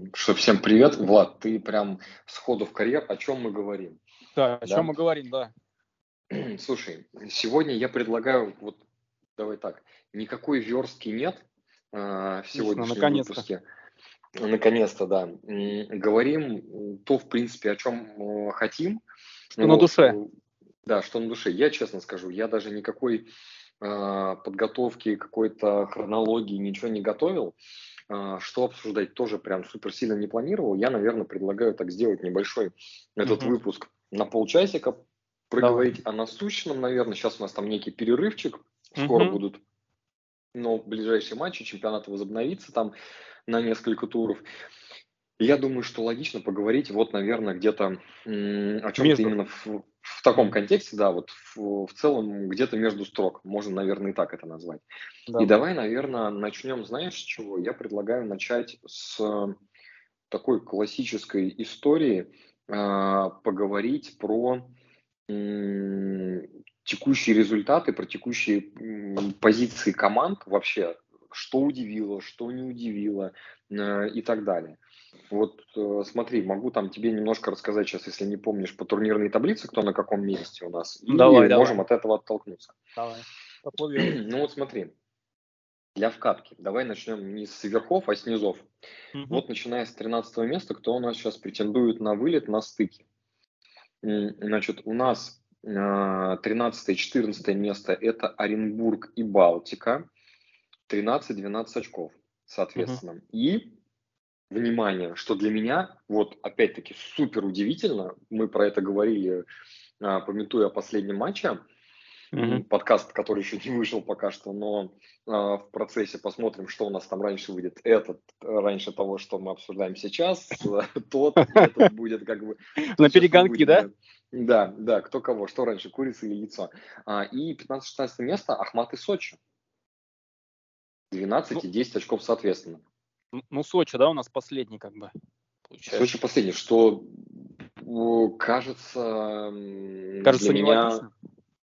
Что, всем привет. Влад, ты прям сходу в карьер. О чем мы говорим? Да, о чем Да? мы говорим, да. Слушай, сегодня я предлагаю, вот давай так, никакой верстки нет в Отлично, сегодняшнем наконец-то. выпуске. Наконец-то, да. Говорим то, в принципе, о чем хотим. Что на Вот, душе? да, что на душе. Я честно скажу, я даже никакой подготовки, какой-то хронологии, ничего не готовил. Что обсуждать тоже прям супер сильно не планировал. Я, наверное, предлагаю так сделать небольшой этот Мгм. выпуск на полчасика, Давай. проговорить о насущном, наверное. Сейчас у нас там некий перерывчик, скоро Мгм. будут, но ближайшие матчи, чемпионат возобновится там на несколько туров. Я думаю, что логично поговорить вот, наверное, где-то о чем-то Между. именно в таком Мгм. контексте, да, вот в целом где-то между строк, можно, наверное, и так это назвать. И Давай. давай, наверное, начнем, знаешь, с чего? Я предлагаю начать с такой классической истории, поговорить про м, текущие результаты, про текущие позиции команд вообще, что удивило, что не удивило и так далее. Вот смотри, могу там тебе немножко рассказать сейчас, если не помнишь, по турнирной таблице, кто на каком месте у нас, и Давай, можем давай. от этого оттолкнуться. Давай. Поплывем. Ну вот смотри, для вкатки, давай начнем не с верхов, а с низов. Мгм. Вот начиная с 13 места, кто у нас сейчас претендует на вылет на стыке? Значит, у нас 13 и 14 место это Оренбург и Балтика, 13-12 очков, Мгм. соответственно. И внимание, что для меня, вот опять-таки супер удивительно, мы про это говорили, памятуя о последнем матче, Мгм. подкаст, который еще не вышел пока что, но в процессе посмотрим, что у нас там раньше выйдет. Этот раньше того, что мы обсуждаем сейчас, тот, и этот будет как бы... На Тут сейчас мы перегонки, будем... да? Да, да, кто кого, что раньше, курица или яйцо. И 15-16 место Ахмат и Сочи. 12 Ну, и 10 очков соответственно. ну, Сочи, да, у нас последний, как бы, Сочи получается. последний, что кажется для Кажется, меня... нелогично.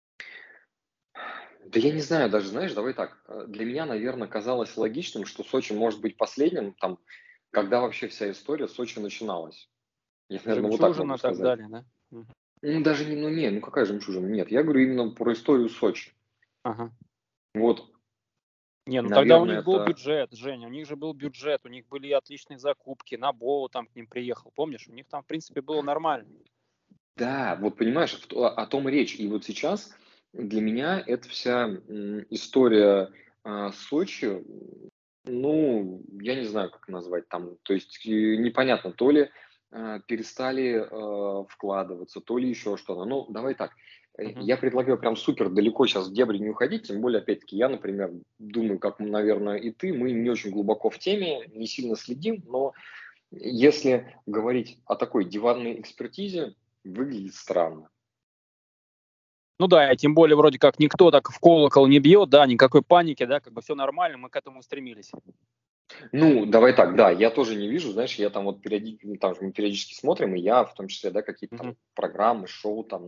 Да я не знаю даже, знаешь, давай так. Для меня, наверное, казалось логичным, что Сочи может быть последним, там, когда вообще вся история Сочи начиналась. Я, наверное, вот так могу Жемчужина и так сказать. далее, да? Мгм. Ну, даже не, ну, не, ну какая жемчужина? Нет, я говорю именно про историю Сочи. Ага. Вот, Не, ну тогда у наверное, них был это... бюджет, Женя, у них же был бюджет, у них были отличные закупки, Набоу там к ним приехал, помнишь? У них там, в принципе, было нормально. Да, вот понимаешь, о том и речь. И вот сейчас для меня эта вся история Сочи, ну, я не знаю, как назвать там. То есть непонятно, то ли перестали вкладываться, то ли еще что-то. Ну, давай так. Мгм. Я предлагаю прям супер далеко сейчас в дебри не уходить, тем более, опять-таки, я, например, думаю, как, наверное, и ты, мы не очень глубоко в теме, не сильно следим, но если говорить о такой диванной экспертизе, выглядит странно. Ну да, и тем более вроде как никто так в колокол не бьет, да, никакой паники, да, как бы все нормально, мы к этому стремились. Ну, давай так, да, я тоже не вижу, знаешь, я там вот там же мы периодически смотрим, и я в том числе, да, какие-то там Мгм. программы, шоу там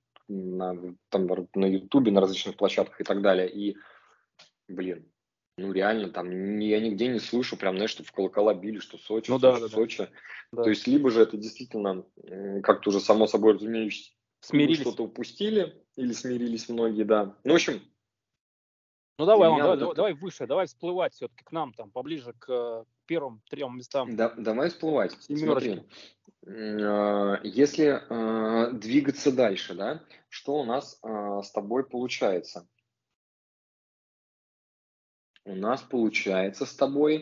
на Ютубе, на различных площадках и так далее. И, блин, ну реально там я нигде не слышу прям, знаешь, что в колокола били, что Сочи, Ну да, Сочи, да, да, Сочи. То да. есть либо же это действительно как-то уже само собой разумеющееся, и мы Смирились. что-то упустили, или смирились многие, да. Ну, в общем, Ну для давай, меня давай, вот давай, это... давай выше, давай всплывать все-таки к нам, там, поближе к первым 3 местам Давай всплывать. семерочки. Смотри, если двигаться дальше, да, что у нас с тобой получается? У нас получается с тобой...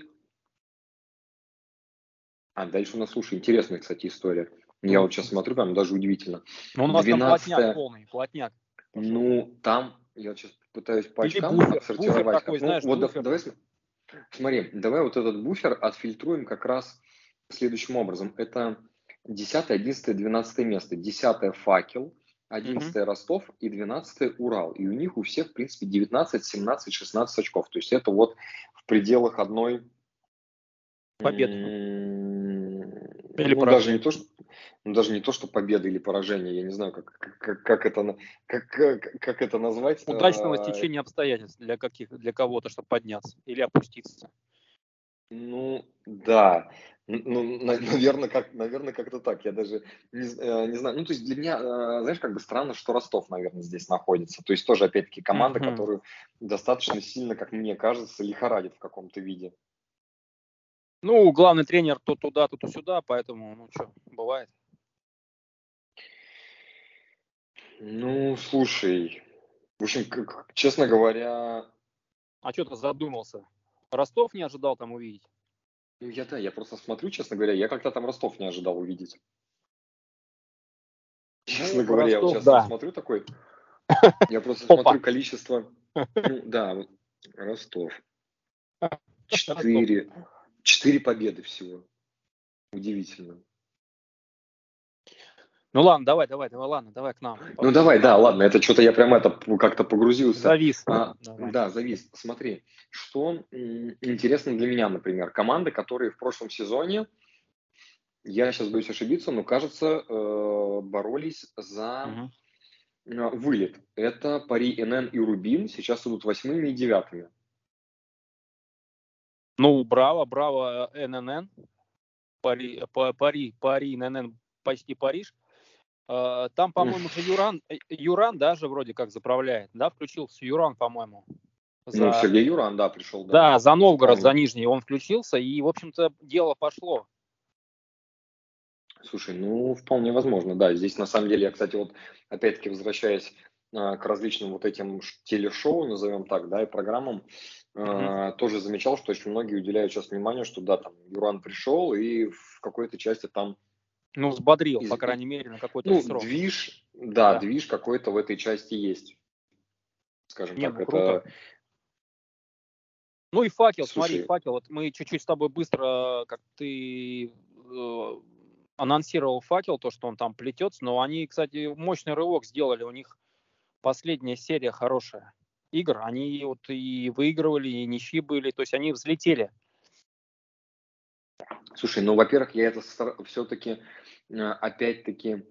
дальше у нас, слушай, интересная, кстати, история. Я Ну, вот сейчас смотрю, прям даже удивительно. ну, у нас там плотняк 12. полный, плотняк пошел. Ну, там, я вот сейчас пытаюсь по Или очкам буфер отсортировать. такой, Ну, знаешь, вот буфер. давай, смотри, давай вот этот буфер отфильтруем как раз следующим образом. Это 10, 11, 12 место. 10 Факел, Мгм. 11 Ростов и 12 Урал. И у них у всех, в принципе, 19, 17, 16 очков. То есть это вот в пределах одной, Победы или ну, даже не поражения. то, что, ну, даже не то, что победа или поражение. Я не знаю, как это, как это назвать. Удачного стечения обстоятельств для кого-то, чтобы подняться или опуститься. Ну, да. Наверное, как-то так. Я даже не знаю. Ну, то есть для меня, знаешь, как бы странно, что Ростов, наверное, здесь находится. То есть тоже, опять-таки, команда, Мгм. которую достаточно сильно, как мне кажется, лихорадит в каком-то виде. Ну, главный тренер то туда, то сюда, поэтому, ну что, бывает. Ну, слушай, в общем, честно говоря, А что ты задумался? Ростов не ожидал там увидеть? ну, я просто смотрю, честно говоря, я как-то там Ростов не ожидал увидеть. Ну, Честно говоря, я вот Ростов, сейчас да. смотрю такой, я просто Опа. смотрю количество, ну, да, вот Ростов. Ростов. Четыре, 4 победы всего. Удивительно. Ну ладно, давай к нам. Ну давай, да, Нам ладно, это что-то я прям как-то погрузился. завис. Давай. Да, завис. Смотри, что интересно для меня, например, команды, которые в прошлом сезоне, я сейчас боюсь ошибиться, но кажется, боролись за Мгм. вылет. Это Пари НН и Рубин, сейчас идут 8-ми и 9-ми. Ну, браво, ННН. Пари, ННН, почти Париж. Там, по-моему, же Юран даже вроде как заправляет, да, включился Юран, по-моему, Ну, за, Сергей Юран, да, пришел, да, да, за Новгород, за вполне. Нижний он включился, и, в общем-то, дело пошло. Слушай, ну, вполне возможно, да. Здесь, на самом деле, я, кстати, вот, опять-таки, возвращаясь к различным вот этим телешоу, назовем так, да, и программам, Мгм. тоже замечал, что очень многие уделяют сейчас внимание, что, да, там, Юран пришел, и в какой-то части там, Ну, взбодрил, по из- и- крайней мере, на какой-то ну, срок. Да. движ какой-то в этой части есть, скажем Не, так. ну круто. Это, Ну и факел, смотри, слушай, факел. Вот мы чуть-чуть с тобой быстро, как ты анонсировал факел, то, что он там плетется, но они, кстати, мощный рывок сделали. У них последняя серия хорошая игр. Они вот и выигрывали, и ничьи были. То есть они взлетели. слушай, ну, во-первых, я это все-таки, опять-таки,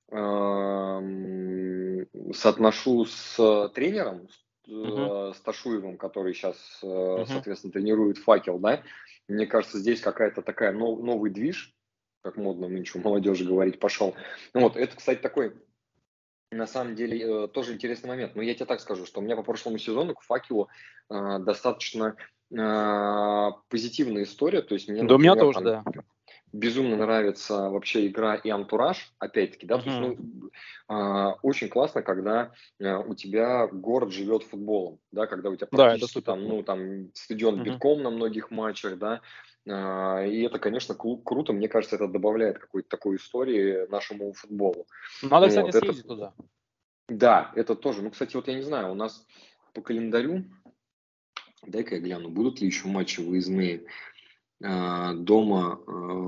соотношу с тренером, Мгм, с Ташуевым, который сейчас, мгм. соответственно, тренирует «Факел», да. Мне кажется, здесь какая-то такая новый движ, как модно нынче у молодежи говорить, пошел. Ну вот, это, кстати, такой, на самом деле, тоже интересный момент. Но я тебе так скажу, что у меня по прошлому сезону к «Факелу» достаточно позитивная история. То есть мне, Да у меня например, тоже, там да. безумно нравится вообще игра и антураж, опять-таки, да, то есть, Мгм. ну, очень классно, когда у тебя город живет футболом, да, когда у тебя Да, это практически супер. там, ну, там стадион Мгм. битком на многих матчах, да, и это, конечно, круто, мне кажется, это добавляет какой-то такой истории нашему футболу. Надо, кстати, Вот, это, съездить туда. да, это тоже, ну, кстати, вот я не знаю, у нас по календарю, дай-ка я гляну, будут ли еще матчи выездные. Дома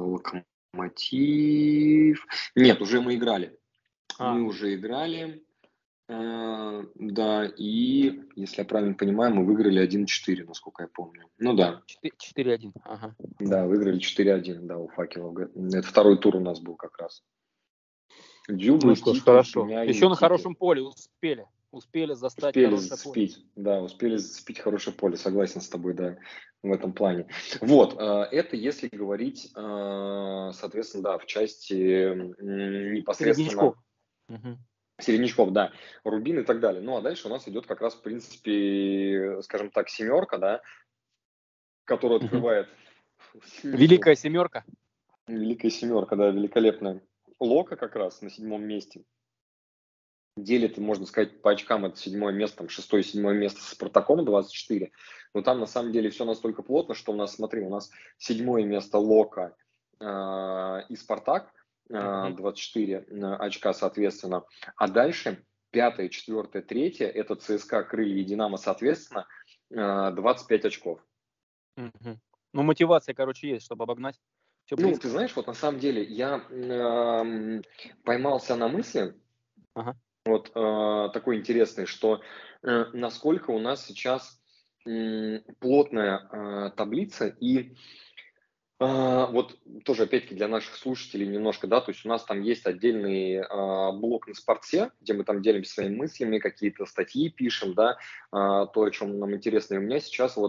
Локомотив. Нет, уже мы играли. Мы А, уже играли. Да, и, если я правильно понимаю, мы выиграли 1-4, насколько я помню. Ну да, 4-1. Ага. да, выиграли 4-1, да, у Факела. Это второй тур у нас был как раз. Ну Дзюбы, что ж, Тики, хорошо. Пеня и Еще на Никиты. хорошем поле успели. Успели застать Успели хорошее поле. спить, да, успели спить хорошее поле, согласен с тобой, да, в этом плане. Вот, это если говорить, соответственно, да, в части Середнячков. непосредственно Мгм. середнячков, да, Рубин и так далее. Ну, а дальше у нас идет как раз, в принципе, скажем так, семерка, да, которая Мгм. открывает снизу Великая семерка. великая семерка, да, великолепная. Лока как раз на 7-м месте. Делит, можно сказать, по очкам это 7-е место, там 6-е, 7-е место с Спартаком 24. Но там на самом деле все настолько плотно, что у нас, смотри, у нас 7-е место Лока и Спартак, Мгм. 24 очка, соответственно. А дальше 5-е, 4-е, 3-е, это ЦСКА, Крылья и Динамо, соответственно, 25 очков. Мгм. Ну, мотивация, короче, есть, чтобы обогнать. Все Ну, ты близко. знаешь, вот на самом деле я поймался на мысли, Ага. вот такой интересный, что насколько у нас сейчас плотная таблица и вот тоже опять-таки для наших слушателей немножко, да, то есть у нас там есть отдельный блок на спорте, где мы там делимся своими мыслями, какие-то статьи пишем, да, то, о чем нам интересно. И у меня сейчас вот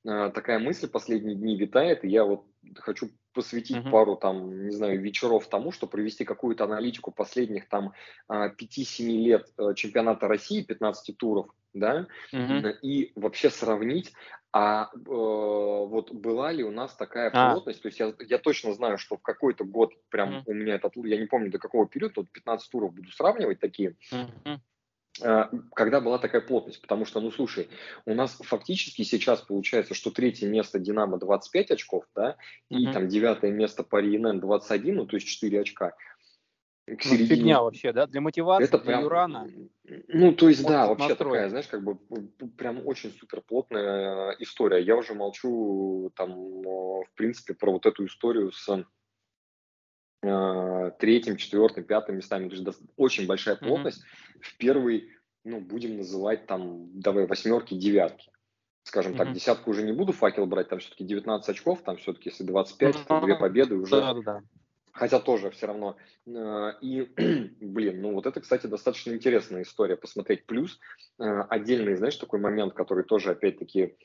такая мысль последние дни витает, и я вот хочу посвятить Мгм. пару там, не знаю, вечеров тому, что провести какую-то аналитику последних там 5-7 лет чемпионата России, 15 туров, да, Мгм. и вообще сравнить, вот была ли у нас такая А, плотность, то есть я точно знаю, что в какой-то год прям мгм. у меня этот, я не помню до какого периода, вот 15 туров буду сравнивать такие, Мгм. когда была такая плотность, потому что, ну, слушай, у нас фактически сейчас получается, что третье место «Динамо» 25 очков, да, и Мгм. там девятое место Пари НН 21, ну, то есть 4 очка к Ну, фигня середине. вообще, да? Для мотивации, Это для прям, Юрана ну, то есть, может да, быть вообще настрой. такая, знаешь, как бы прям очень супер плотная история. Я уже молчу там, в принципе, про вот эту историю с третьим, четвертым, пятым местами. То есть очень большая Мгм. плотность в первый, ну, будем называть там, давай, восьмерки, девятки. Скажем так, Мгм. десятку уже не буду факел брать, там все-таки 19 очков, там все-таки если 25, это две Ну, победы уже, да-да-да. хотя тоже все равно. И, блин, ну вот это, кстати, достаточно интересная история посмотреть. Плюс отдельный, знаешь, такой момент, который тоже, опять-таки,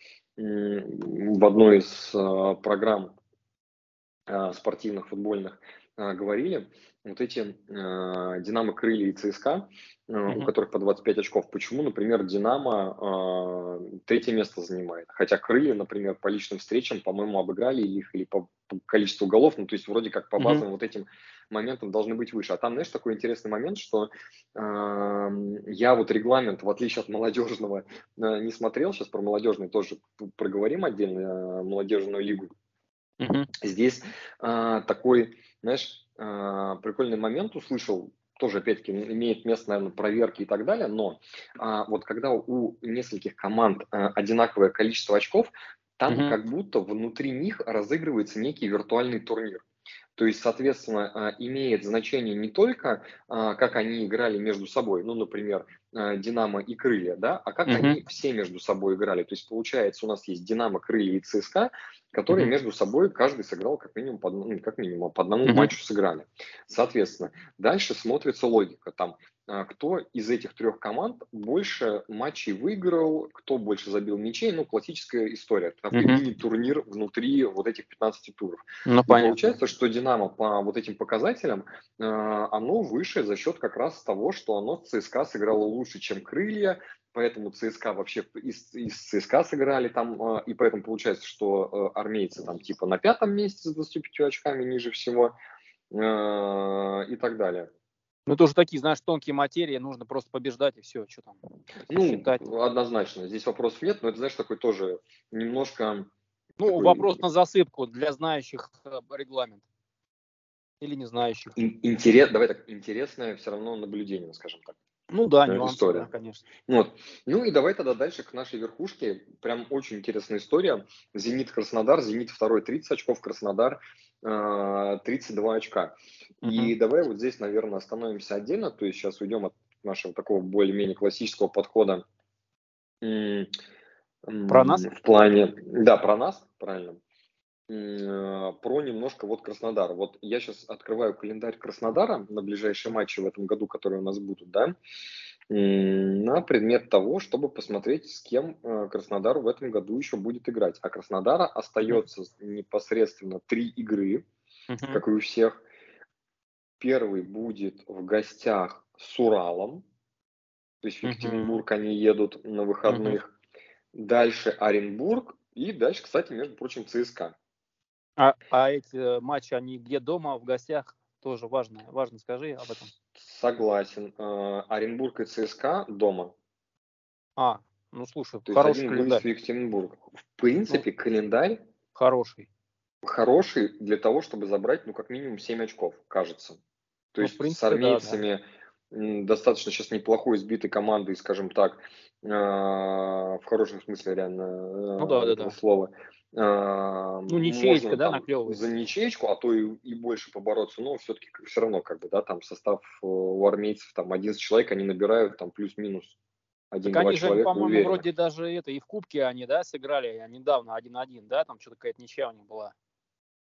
в одной из программ спортивных, футбольных, говорили, вот эти «Динамо», «Крылья» и «ЦСКА», у Мгм. которых по 25 очков, почему, например, «Динамо» третье место занимает, хотя «Крылья», например, по личным встречам, по-моему, обыграли их или по количеству голов, ну, то есть вроде как по Мгм. базовым вот этим моментам должны быть выше. А там, знаешь, такой интересный момент, что я вот регламент, в отличие от молодежного, не смотрел, сейчас про молодежный тоже проговорим отдельно, молодежную лигу. Мгм. Здесь такой, знаешь, прикольный момент услышал, тоже, опять-таки, имеет место, наверное, проверки и так далее, но вот когда у нескольких команд одинаковое количество очков, там Мгм. как будто внутри них разыгрывается некий виртуальный турнир. То есть, соответственно, имеет значение не только, как они играли между собой, ну, например, «Динамо» и «Крылья», да, а как Мгм. они все между собой играли. То есть, получается, у нас есть «Динамо», «Крылья» и «ЦСКА», которые Мгм. между собой каждый сыграл как минимум по одному Мгм. матчу сыграли. Соответственно, дальше смотрится логика. Там, кто из этих трех команд больше матчей выиграл, кто больше забил мячей. Ну, классическая история. Такой Мгм. мини-турнир внутри вот этих 15 туров. Ну, И понятно. получается, что «Динамо» по вот этим показателям, оно выше за счет как раз того, что оно с ЦСКА сыграло лучше, чем «Крылья», поэтому ЦСКА вообще из ЦСКА сыграли там, и поэтому получается, что армейцы там типа на пятом месте с 25 очками ниже всего, и так далее. Ну, это уже такие, знаешь, тонкие материи, нужно просто побеждать и все, что там Ну, считать. однозначно, здесь вопросов нет, но это, знаешь, такой тоже немножко Ну, такой вопрос на засыпку для знающих регламент или не знающих. давай так, интересное все равно наблюдение, скажем так, Ну да, нюансы, да, история. конечно. Вот. Ну и давай тогда дальше к нашей верхушке. Прям очень интересная история. «Зенит» Краснодар. «Зенит» второй 30 очков, Краснодар 32 очка. Мгм. И давай вот здесь, наверное, остановимся отдельно. То есть сейчас уйдем от нашего такого более-менее классического подхода Про нас? в плане, да, про нас, правильно, про немножко вот Краснодар. Вот я сейчас открываю календарь Краснодара на ближайшие матчи в этом году, которые у нас будут, да, на предмет того, чтобы посмотреть, с кем Краснодар в этом году еще будет играть. А Краснодара Мгм. остается непосредственно 3 игры, Мгм. как и у всех. Первый будет в гостях с Уралом, то есть в Мгм. Екатеринбург они едут на Мгм. выходных. Дальше Оренбург и дальше, кстати, между прочим, ЦСКА. А эти матчи, они где дома, в гостях? Тоже важно. Важно, скажи об этом. Согласен. Оренбург и ЦСКА дома. А, ну слушай, То есть хороший один выезд в календарь. Екатеринбург. В Ну, принципе, календарь хороший. хороший для того, чтобы забрать, ну, как минимум 7 очков, кажется. То Ну, в есть с принципе, да, да. армейцами достаточно сейчас неплохой сбитой командой, скажем так, в хорошем смысле реально Ну да, да, этого да. слова. Ну, ничеечка, Можно да, там за наклевывается. ничеечку, а то и больше побороться, но все-таки все равно как бы, да, там состав у армейцев там 11 человек, они набирают там плюс-минус Так один-два они же, человека по-моему, уверенно. вроде даже это и в Кубке они, да, сыграли недавно 1-1, да, там что-то какая-то ничья у них была.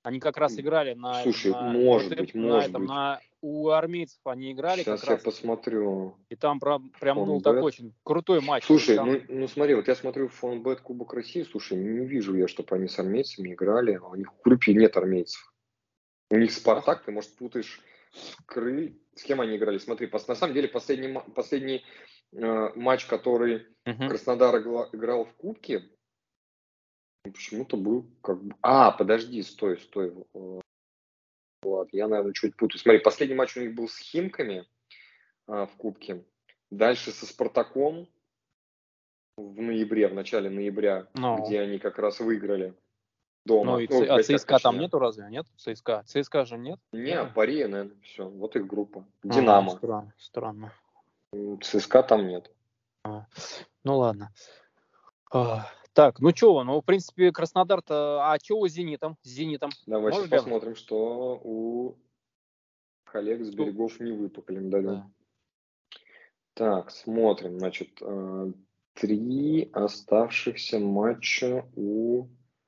Они как раз играли на этом, Слушай, может быть. у армейцев они играли как Сейчас я раз, посмотрю. и там прям был такой Фонбет. очень крутой матч. То есть Слушай, там, ну смотри, вот я смотрю Фонбет Кубок России, слушай, не вижу я, чтобы они с армейцами играли, а у них в группе нет армейцев. У них да? Спартак, ты, может, путаешь с кем они играли. Смотри, на самом деле последний матч, который Мгм. Краснодар играл в Кубке, почему-то был как бы... подожди, стой. Ладно, я, наверное, чуть путаю. Смотри, последний матч у них был с Химками в Кубке. Дальше со Спартаком в начале ноября, Ну, где они как раз выиграли ну дома. и Ну, в гостях, ЦСКА там точнее. нету разве? Нет? ЦСКА же нет? Не, Нету? Пари, наверное, все. Вот их группа. Динамо. Странно. ЦСКА там нет. Ну ладно. Так, ну что, ну в принципе Краснодар-то, а что у Зенитом? С Зенитом? Давай сейчас Можешь глянуть? посмотрим, что у коллег с Ну, берегов Невы по календарю. да. Так, смотрим. Значит, 3 оставшихся матча у...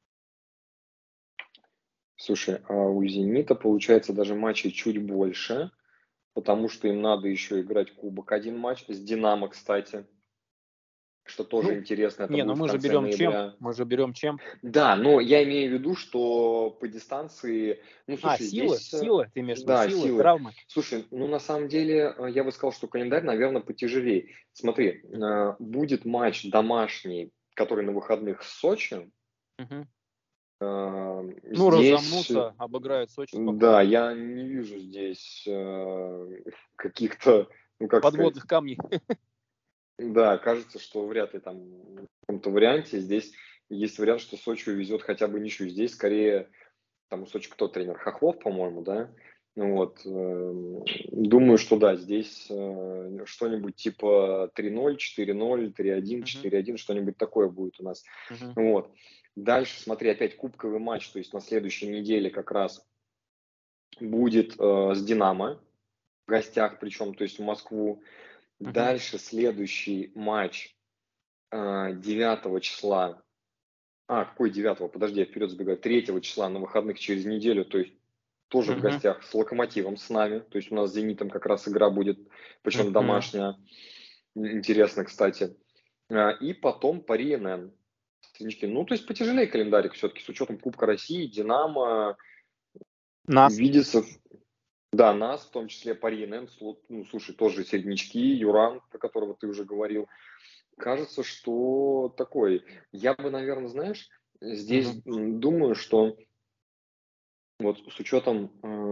Слушай, а у «Зенита» получается даже матчей чуть больше, потому что им надо еще играть Кубок один матч с «Динамо», кстати, что тоже Ну, интересно, это не, ну будет в мы же конце берем чемп. ноября. Мы же берем чемп. Да, но я имею в виду, что по дистанции, ну, слушай, здесь, Силы, ты имеешь в виду, да, силы, силы. травмы. Слушай, ну, на самом деле, я бы сказал, что календарь, наверное, потяжелее. Смотри, будет матч домашний, который на выходных с Сочи. Мгм. Ну, Здесь, разомнутся, обыграют Сочи да, спокойно. я не вижу здесь каких-то, ну, как сказать, Подводных камней. да, кажется, что вряд ли там в каком-то варианте здесь есть вариант, что Сочи увезет хотя бы ничью. Здесь скорее, там у Сочи кто тренер? Хохлов, по-моему, да? Ну вот, думаю, что да, здесь что-нибудь типа 3-0, 4-0, 3-1, Мгм. 4-1, что-нибудь такое будет у нас. Мгм. Вот. Дальше, смотри, опять кубковый матч, то есть на следующей неделе как раз будет с «Динамо» в гостях, причем, то есть в Москву. Мгм. Дальше следующий матч 9 числа. Какой 9? Подожди, я вперед забегаю. 3 числа на выходных через неделю, то есть тоже в Мгм. гостях с «Локомотивом» с нами. То есть у нас с «Зенитом» как раз игра будет, причем Мгм. домашняя. Интересно, кстати. И потом Пари НН. Ну, то есть потяжелее календарик все-таки с учетом Кубка России, «Динамо», Нас. видится, да, нас, в том числе Пари НН, ну, слушай, тоже середнячки, Юран, про которого ты уже говорил. Кажется, что такой. Я бы, наверное, знаешь, здесь Мгм. думаю, что вот с учетом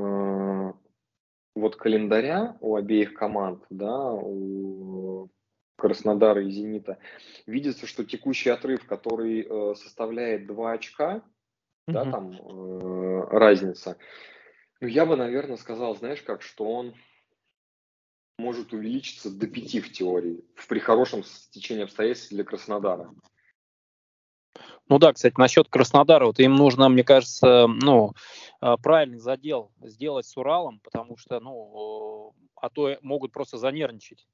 вот календаря у обеих команд, да, у Краснодара и Зенита, видится, что текущий отрыв, который составляет 2 очка, да, Мгм. там разница, ну, я бы, наверное, сказал, знаешь как, что он может увеличиться до 5 в теории, при хорошем стечении обстоятельств для Краснодара. Ну да, кстати, насчет Краснодара, вот им нужно, мне кажется, ну, правильный задел сделать с Уралом, потому что, ну, а то могут просто занервничать.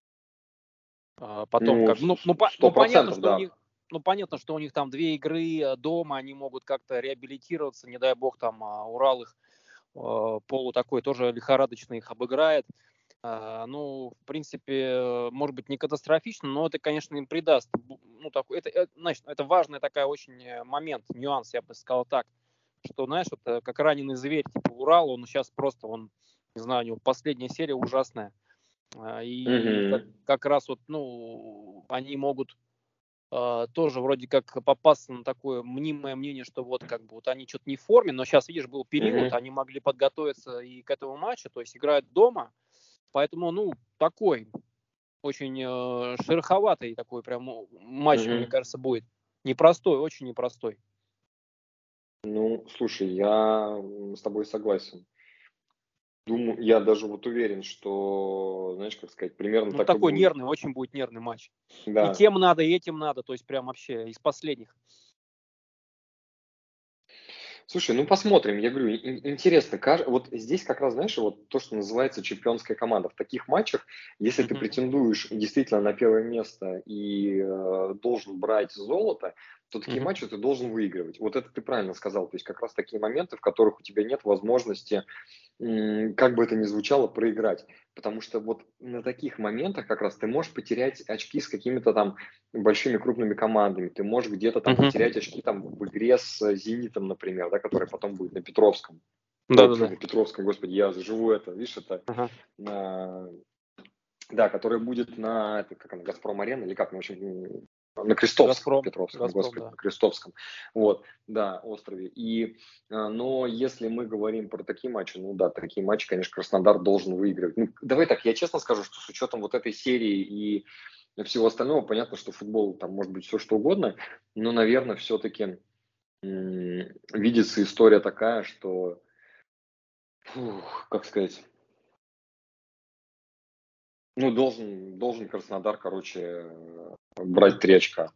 Потом Ну, как, сто понятно, процентов, что у да. них, ну понятно, что у них там 2 игры дома, они могут как-то реабилитироваться, не дай бог там Урал их полу такой тоже лихорадочно их обыграет. Ну, в принципе, может быть, не катастрофично, но это, конечно, им придаст. Ну, такой, значит, это важный такой очень момент, нюанс, я бы сказал так, что, знаешь, вот как раненый зверь, типа Урал, он сейчас просто, он, не знаю, у него последняя серия ужасная. И Мгм. как раз вот, ну, они могут тоже вроде как попасться на такое мнимое мнение, что вот как бы вот они что-то не в форме, но сейчас, видишь, был период, Мгм. они могли подготовиться и к этому матчу, то есть играют дома, поэтому, ну, такой очень шероховатый такой прям матч, мне Мгм. кажется, будет. Непростой, очень непростой. Ну, слушай, я с тобой согласен. Думаю, я даже вот уверен, что, знаешь, как сказать, примерно Ну, так и такой будет. нервный, очень будет нервный матч. И Да. тем надо, и этим надо, то есть прям вообще из последних. Слушай, ну посмотрим, я говорю, интересно, вот здесь как раз, знаешь, вот то, что называется чемпионская команда. В таких матчах, если ты Мгм. претендуешь действительно на первое место и должен брать золото, то такие Мгм. матчи ты должен выигрывать. Вот это ты правильно сказал. То есть как раз такие моменты, в которых у тебя нет возможности, как бы это ни звучало, проиграть. Потому что вот на таких моментах как раз ты можешь потерять очки с какими-то там большими крупными командами. Ты можешь где-то там Мгм. потерять очки там в игре с «Зенитом», например, да, который потом будет на Петровском. Ой, фу, Да-да-да. на Петровском, господи, я заживу это, видишь, это, Ага. на, да, который будет на, это, как она, «Газпром-арена» или как, ну, в общем, на Крестовском, на Газпром. Петровском, Газпром, господи, да. на Крестовском, вот, да, острове. Но если мы говорим про такие матчи, ну да, такие матчи, конечно, Краснодар должен выигрывать. Ну, давай так, я честно скажу, что с учетом вот этой серии и всего остального, понятно, что футбол там может быть все что угодно, но, наверное, все-таки видится история такая, что, как сказать, ну, должен Краснодар, короче, брать 3 очка,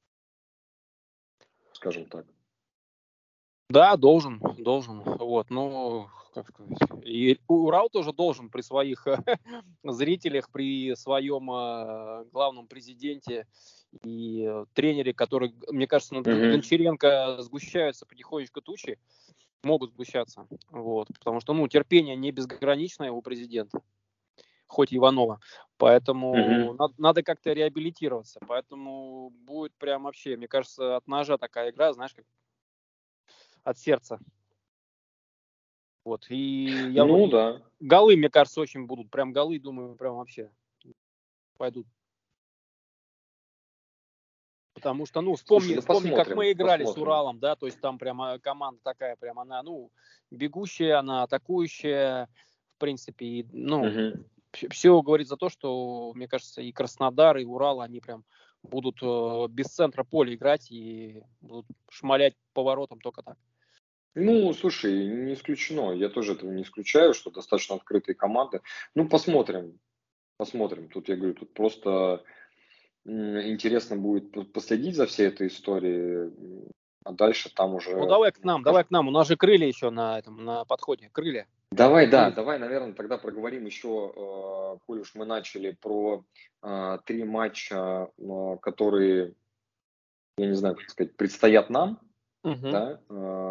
скажем так. Да, должен. Вот, ну, как сказать. И Урал тоже должен при своих зрителях, при своем главном президенте и тренере, который, мне кажется, над Мгм. Гончаренко сгущаются потихонечку тучи, могут сгущаться. Вот, потому что, ну, терпение не безграничное у президента, хоть Иванова. Поэтому Мгм. надо как-то реабилитироваться. Поэтому будет прям вообще, мне кажется, от ножа такая игра, знаешь, как от сердца. Вот. И я Ну да. голы, мне кажется, очень будут. Прям голы, думаю, прям вообще пойдут. Потому что, ну, Слушай, ну вспомни, как посмотрим, мы играли с посмотрим. Уралом, да, то есть там прямо команда такая, прям она, ну, бегущая, она атакующая, в принципе, и, ну, Мгм. все говорит за то, что, мне кажется, и Краснодар, и Урал, они прям будут без центра поля играть и будут шмалять поворотом только так. Ну, слушай, не исключено. Я тоже этого не исключаю, что достаточно открытые команды. Ну, посмотрим, посмотрим. Тут я говорю, тут просто интересно будет последить за всей этой историей, а дальше там Ну, уже, ну, давай скажем. к нам. У нас же крылья еще на этом, на подходе. Крылья. Давай, да, Крылья. давай, наверное, тогда проговорим еще, коль уж мы начали, про 3 матча, которые, я не знаю, как сказать, предстоят нам, Мгм. да,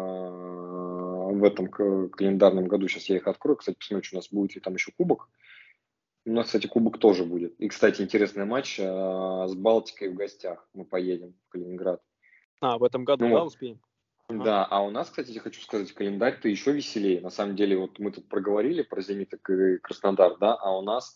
в этом календарном году. Сейчас я их открою, кстати, посмотрю, что у нас будет ли там еще кубок. У нас, кстати, кубок тоже будет. И, кстати, интересный матч с Балтикой в гостях. Мы поедем в Калининград. В этом году, Ну да, вот, успеем? Ага. да, а у нас, кстати, я хочу сказать, календарь-то еще веселее. На самом деле, вот мы тут проговорили про «Зенит» и Краснодар, да, а у нас,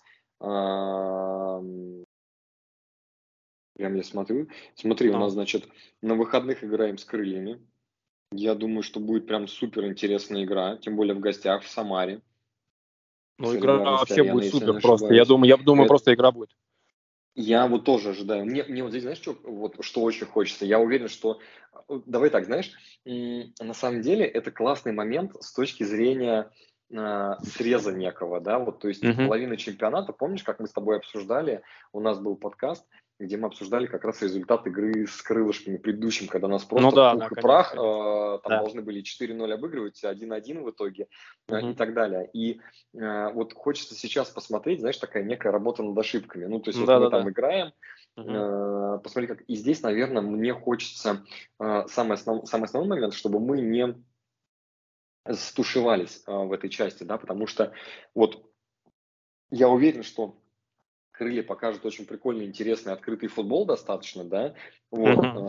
прям я смотри, у Ну, нас, значит, на выходных играем с «Крыльями». Я думаю, что будет прям супер интересная игра, тем более в гостях в Самаре, в ну, игра Солидарности вообще арена, будет если я не супер просто. Я ошибаюсь. думаю, я думаю, Эт- просто игра будет. Я вот тоже ожидаю. Мне вот здесь, знаешь, что очень хочется? Я уверен, что... Давай так, знаешь, на самом деле это классный момент с точки зрения среза некого, да, вот, то есть Мгм. половина чемпионата, помнишь, как мы с тобой обсуждали, у нас был подкаст, где мы обсуждали как раз результат игры с крылышками предыдущим, когда нас Ну просто в да, да, пух и конечно, прах, конечно. там Да. должны были 4-0 обыгрывать, 1-1 в итоге, и Мгм. так далее. И вот хочется сейчас посмотреть, знаешь, такая некая работа над ошибками. Ну, то есть вот мы Да-да-да. там играем, Мгм. посмотри, как... И здесь, наверное, мне хочется самый основной момент, чтобы мы не стушевались в этой части, да, потому что вот я уверен, что крылья покажут очень прикольный, интересный, открытый футбол достаточно, да, вот. Мгм.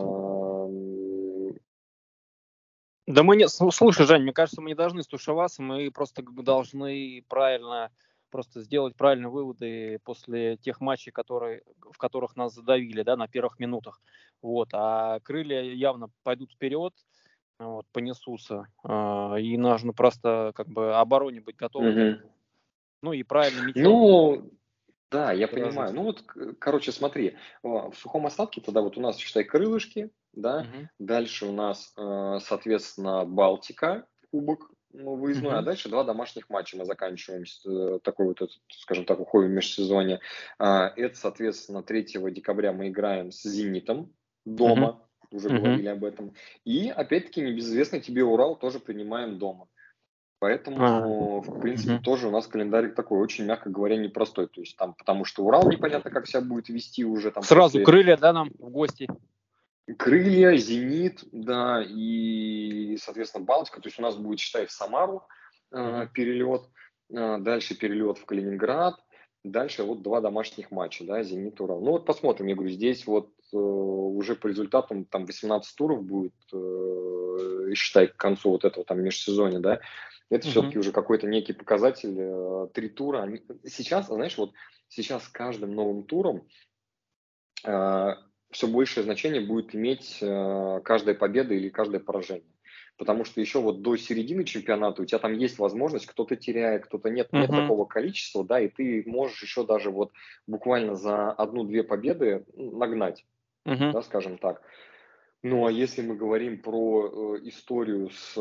Да мы не... Слушай, Жень, мне кажется, мы не должны стушеваться, мы просто как бы должны правильно просто сделать правильные выводы после тех матчей, в которых нас задавили, да, на первых минутах. Вот. А крылья явно пойдут вперед, вот, понесутся. И нужно просто как бы обороне быть готовой к Мгм. этому. Ну и правильно мячом Ну, да, я понимаю. сторожить. Ну вот, короче, смотри, в сухом остатке тогда вот у нас, считай, крылышки, да, Мгм. дальше у нас, соответственно, Балтика, кубок, ну, выездной, а Мгм. дальше 2 домашних матча мы заканчиваем, такой вот, скажем так, уходим в межсезонье. Это, соответственно, 3 декабря мы играем с «Зенитом» Мгм. дома, уже говорили об этом. И, опять-таки, небезызвестный тебе Урал тоже принимаем дома. Поэтому, в принципе, тоже у нас календарик такой, очень, мягко говоря, непростой. То есть там, потому что Урал непонятно, как себя будет вести уже там Сразу после... крылья, да, нам в гости. Крылья, Зенит, да, и, соответственно, Балтика. То есть у нас будет, считай, в Самару перелет, дальше перелет в Калининград, дальше вот 2 домашних матча, да, Зенит, Урал. Ну вот посмотрим, я говорю, здесь вот уже по результатам там 18 туров будет, считай, к концу вот этого там межсезонья, да, это все-таки уже какой-то некий показатель, 3 тура. Сейчас, знаешь, вот сейчас с каждым новым туром все большее значение будет иметь каждая победа или каждое поражение. Потому что еще вот до середины чемпионата у тебя там есть возможность, кто-то теряет, кто-то нет такого количества, да, и ты можешь еще даже вот буквально за 1-2 победы нагнать, да, скажем так. Ну, а если мы говорим про историю с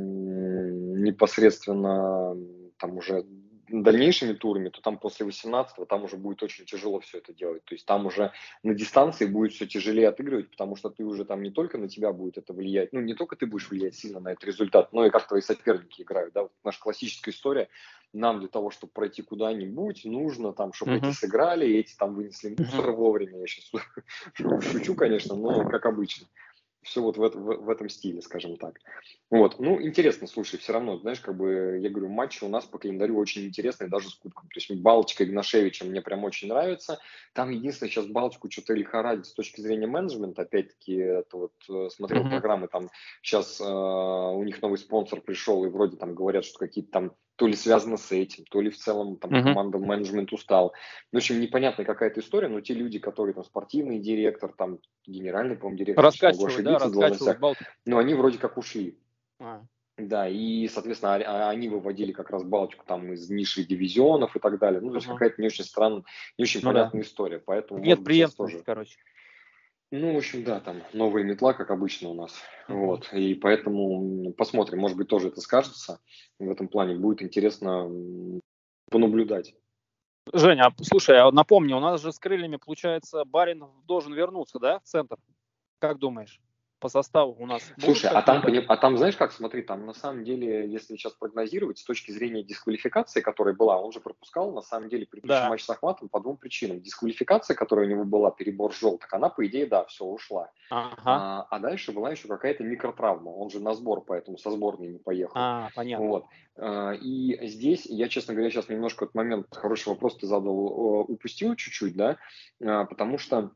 непосредственно там уже дальнейшими турами, то там после 18-го там уже будет очень тяжело все это делать. То есть там уже на дистанции будет все тяжелее отыгрывать, потому что ты уже там не только на тебя будет это влиять, ну, не только ты будешь влиять сильно на этот результат, но и как твои соперники играют. Да? Вот наша классическая история. Нам для того, чтобы пройти куда-нибудь, нужно там, чтобы эти сыграли, эти там вынесли мусор вовремя. Я сейчас шучу, конечно, но как обычно. Все вот в этом стиле, скажем так. Вот, ну, интересно, слушай, все равно, знаешь, как бы, я говорю, матчи у нас по календарю очень интересные, даже с кубком. То есть Балтика Игнашевича мне прям очень нравится. Там единственное, сейчас Балтику что-то лихорадит с точки зрения менеджмента. Опять-таки, это вот смотрел программы, там сейчас у них новый спонсор пришел, и вроде там говорят, что какие-то там то ли связано с этим, то ли в целом там команда менеджмент устал. В общем, непонятная какая-то история, но те люди, которые там спортивный директор, там генеральный, по-моему, директор, сейчас могу ошибиться в должностях, но они вроде как ушли. Да, и, соответственно, они выводили как раз Балтику там из низших дивизионов и так далее. Ну, то есть какая-то не очень странная, не очень понятная история. Поэтому, нет, может быть, сейчас тоже. Короче. Ну, в общем, да, там новая метла, как обычно у нас. Вот. И поэтому посмотрим, может быть, тоже это скажется. В этом плане будет интересно понаблюдать. Женя, слушай, а напомни, у нас же с крыльями, получается, Баринов должен вернуться, да, в центр? Как думаешь? По составу у нас. Слушай, а там, знаешь как, смотри, там на самом деле, если сейчас прогнозировать, с точки зрения дисквалификации, которая была, он же пропускал, на самом деле, предыдущий матч с Ахматом по 2 причинам. Дисквалификация, которая у него была, перебор желтых, она, по идее, да, все, ушла. А дальше была еще какая-то микротравма. Он же на сбор, поэтому со сборной не поехал. Понятно. Вот. И здесь, я, честно говоря, сейчас немножко этот момент, хороший вопрос ты задал, упустил чуть-чуть, да, потому что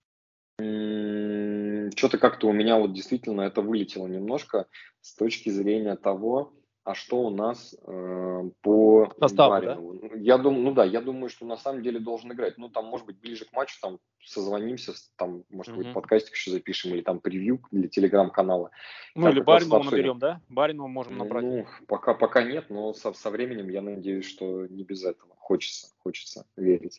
что-то как-то у меня вот действительно это вылетело немножко с точки зрения того, а что у нас по Баринову. Да? Я думаю, что на самом деле должен играть. Ну, там, может быть, ближе к матчу там созвонимся, там, может быть, подкастик еще запишем или там превью для телеграм-канала. Ну, или Баринова наберем, да? Баринова можем набрать. Ну, пока нет, но со временем я надеюсь, что не без этого. Хочется верить.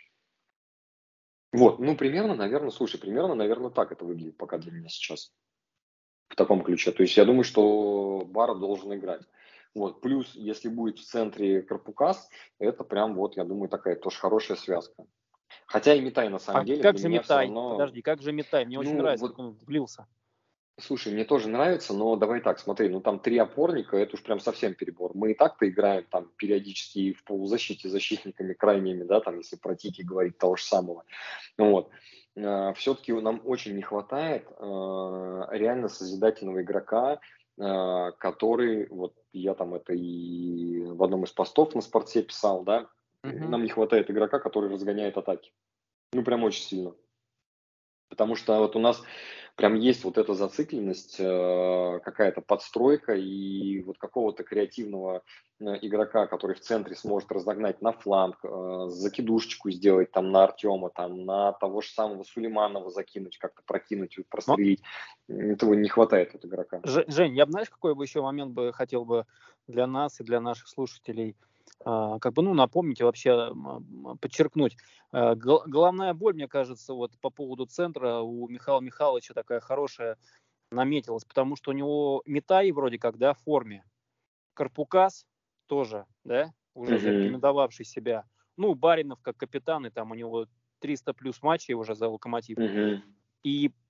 Вот, ну, примерно, наверное, так это выглядит пока для меня сейчас. В таком ключе. То есть я думаю, что Бара должен играть. Вот, плюс, если будет в центре Карпукас, это прям вот, я думаю, такая тоже хорошая связка. Хотя и Митай на самом деле как для же меня Митай? все равно... Подожди, как же Митай? Мне очень нравится, как он влился. Слушай, мне тоже нравится, но давай так, смотри, ну там 3 опорника, это уж прям совсем перебор. Мы и так-то играем там периодически в полузащите защитниками крайними, да, там, если про Тики говорить того же самого. Вот. Все-таки нам очень не хватает реально созидательного игрока, который, вот я там это и в одном из постов на спорте писал, да, нам не хватает игрока, который разгоняет атаки. Ну, прям очень сильно. Потому что вот у нас прям есть вот эта зацикленность, какая-то подстройка и вот какого-то креативного игрока, который в центре сможет разогнать на фланг, закидушечку сделать там на Артема, там на того же самого Сулейманова закинуть, как-то прокинуть, прострелить. Этого не хватает от игрока. Жень, я бы, знаешь, какой бы еще момент бы хотел бы для нас и для наших слушателей как бы, ну, напомнить и вообще подчеркнуть. Головная боль, мне кажется, вот по поводу центра у Михаила Михайловича такая хорошая наметилась, потому что у него Митай вроде как, да, в форме. Карпукас тоже, да, уже зарекомендовавший себя. Ну, Баринов как капитан, и там у него 300 плюс матчей уже за Локомотив. И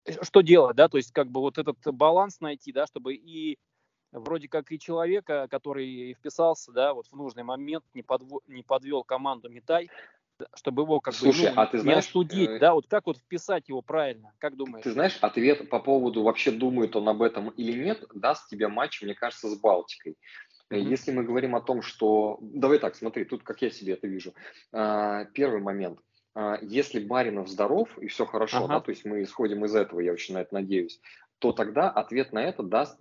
что делать, да, то есть как бы вот этот баланс найти, да, чтобы и вроде как и человека, который вписался, да, вот в нужный момент, не подвел команду Митай, чтобы его как бы, Слушай, ну, а ты не знаешь, остудить, да, вот как вот вписать его правильно, как думаешь? ответ по поводу, вообще думает он об этом или нет, даст тебе матч, мне кажется, с Балтикой. Мгм. Если мы говорим о том, что... Давай так, смотри, тут как я себе это вижу. Первый момент. Если Баринов здоров и все хорошо, да, Ага. то есть мы исходим из этого, я очень на это надеюсь, то тогда ответ на это даст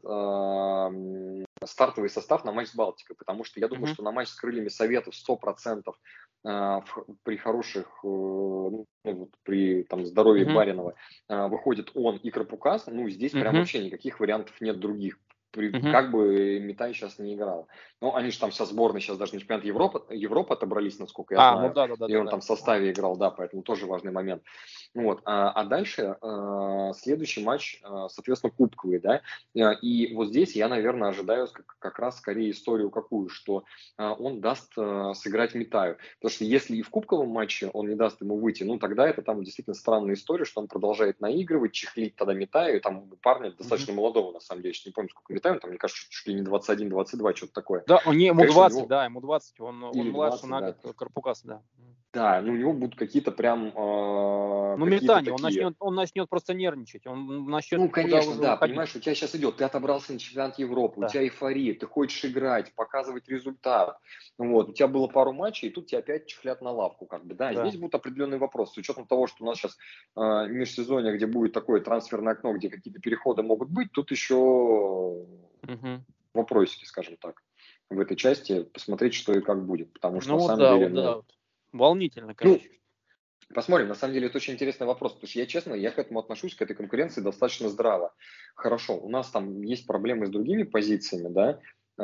стартовый состав на матч с Балтикой, потому что я думаю, Мгм. что на матч с крыльями Советов 100% при хороших, ну, вот при там, здоровье Мгм. Баринова выходит он и Крапукас, ну, здесь прям Мгм. вообще никаких вариантов нет других. Мгм. Как бы Митай сейчас не играл. Ну, они же там со сборной сейчас даже на чемпионат Европы отобрались, насколько я Ну знаю, да, да, да, и да, он да. там в составе играл, да, поэтому тоже важный момент. Вот. А дальше следующий матч, соответственно, кубковый, да, и вот здесь я, наверное, ожидаю как раз скорее историю какую, что он даст сыграть Митаю, потому что если и в кубковом матче он не даст ему выйти, ну, тогда это там действительно странная история, что он продолжает наигрывать, чехлить тогда Митаю, и там у парня Мгм. достаточно молодого, на самом деле, не помню, сколько Митаю, там, мне кажется, чуть ли не 21-22, что-то такое. Да, ему Конечно, у 20, него да, ему 20, он или младше 20, на да. год Карпукаса, да. Да, ну у него будут какие-то прям, Ну, какие-то метание, такие. он начнет просто нервничать, он начнет Ну, куда конечно, уже да, уходить. понимаешь, у тебя сейчас идет, ты отобрался на чемпионат Европы, у Да, тебя эйфория, ты хочешь играть, показывать результат. Вот, у тебя было пару матчей, и тут тебя опять чехлят на лавку, как бы, да. да. Здесь будут определенные вопросы, с учетом того, что у нас сейчас межсезонье, где будет такое трансферное окно, где какие-то переходы могут быть, тут еще Мгм. вопросики, скажем так, в этой части, посмотреть, что и как будет, потому что Ну на самом деле, вот да, ну, вот. Волнительно, ну, короче. посмотрим, на самом деле это очень интересный вопрос, потому что я честно, я к этому отношусь, к этой конкуренции достаточно здраво. Хорошо, у нас там есть проблемы с другими позициями, да,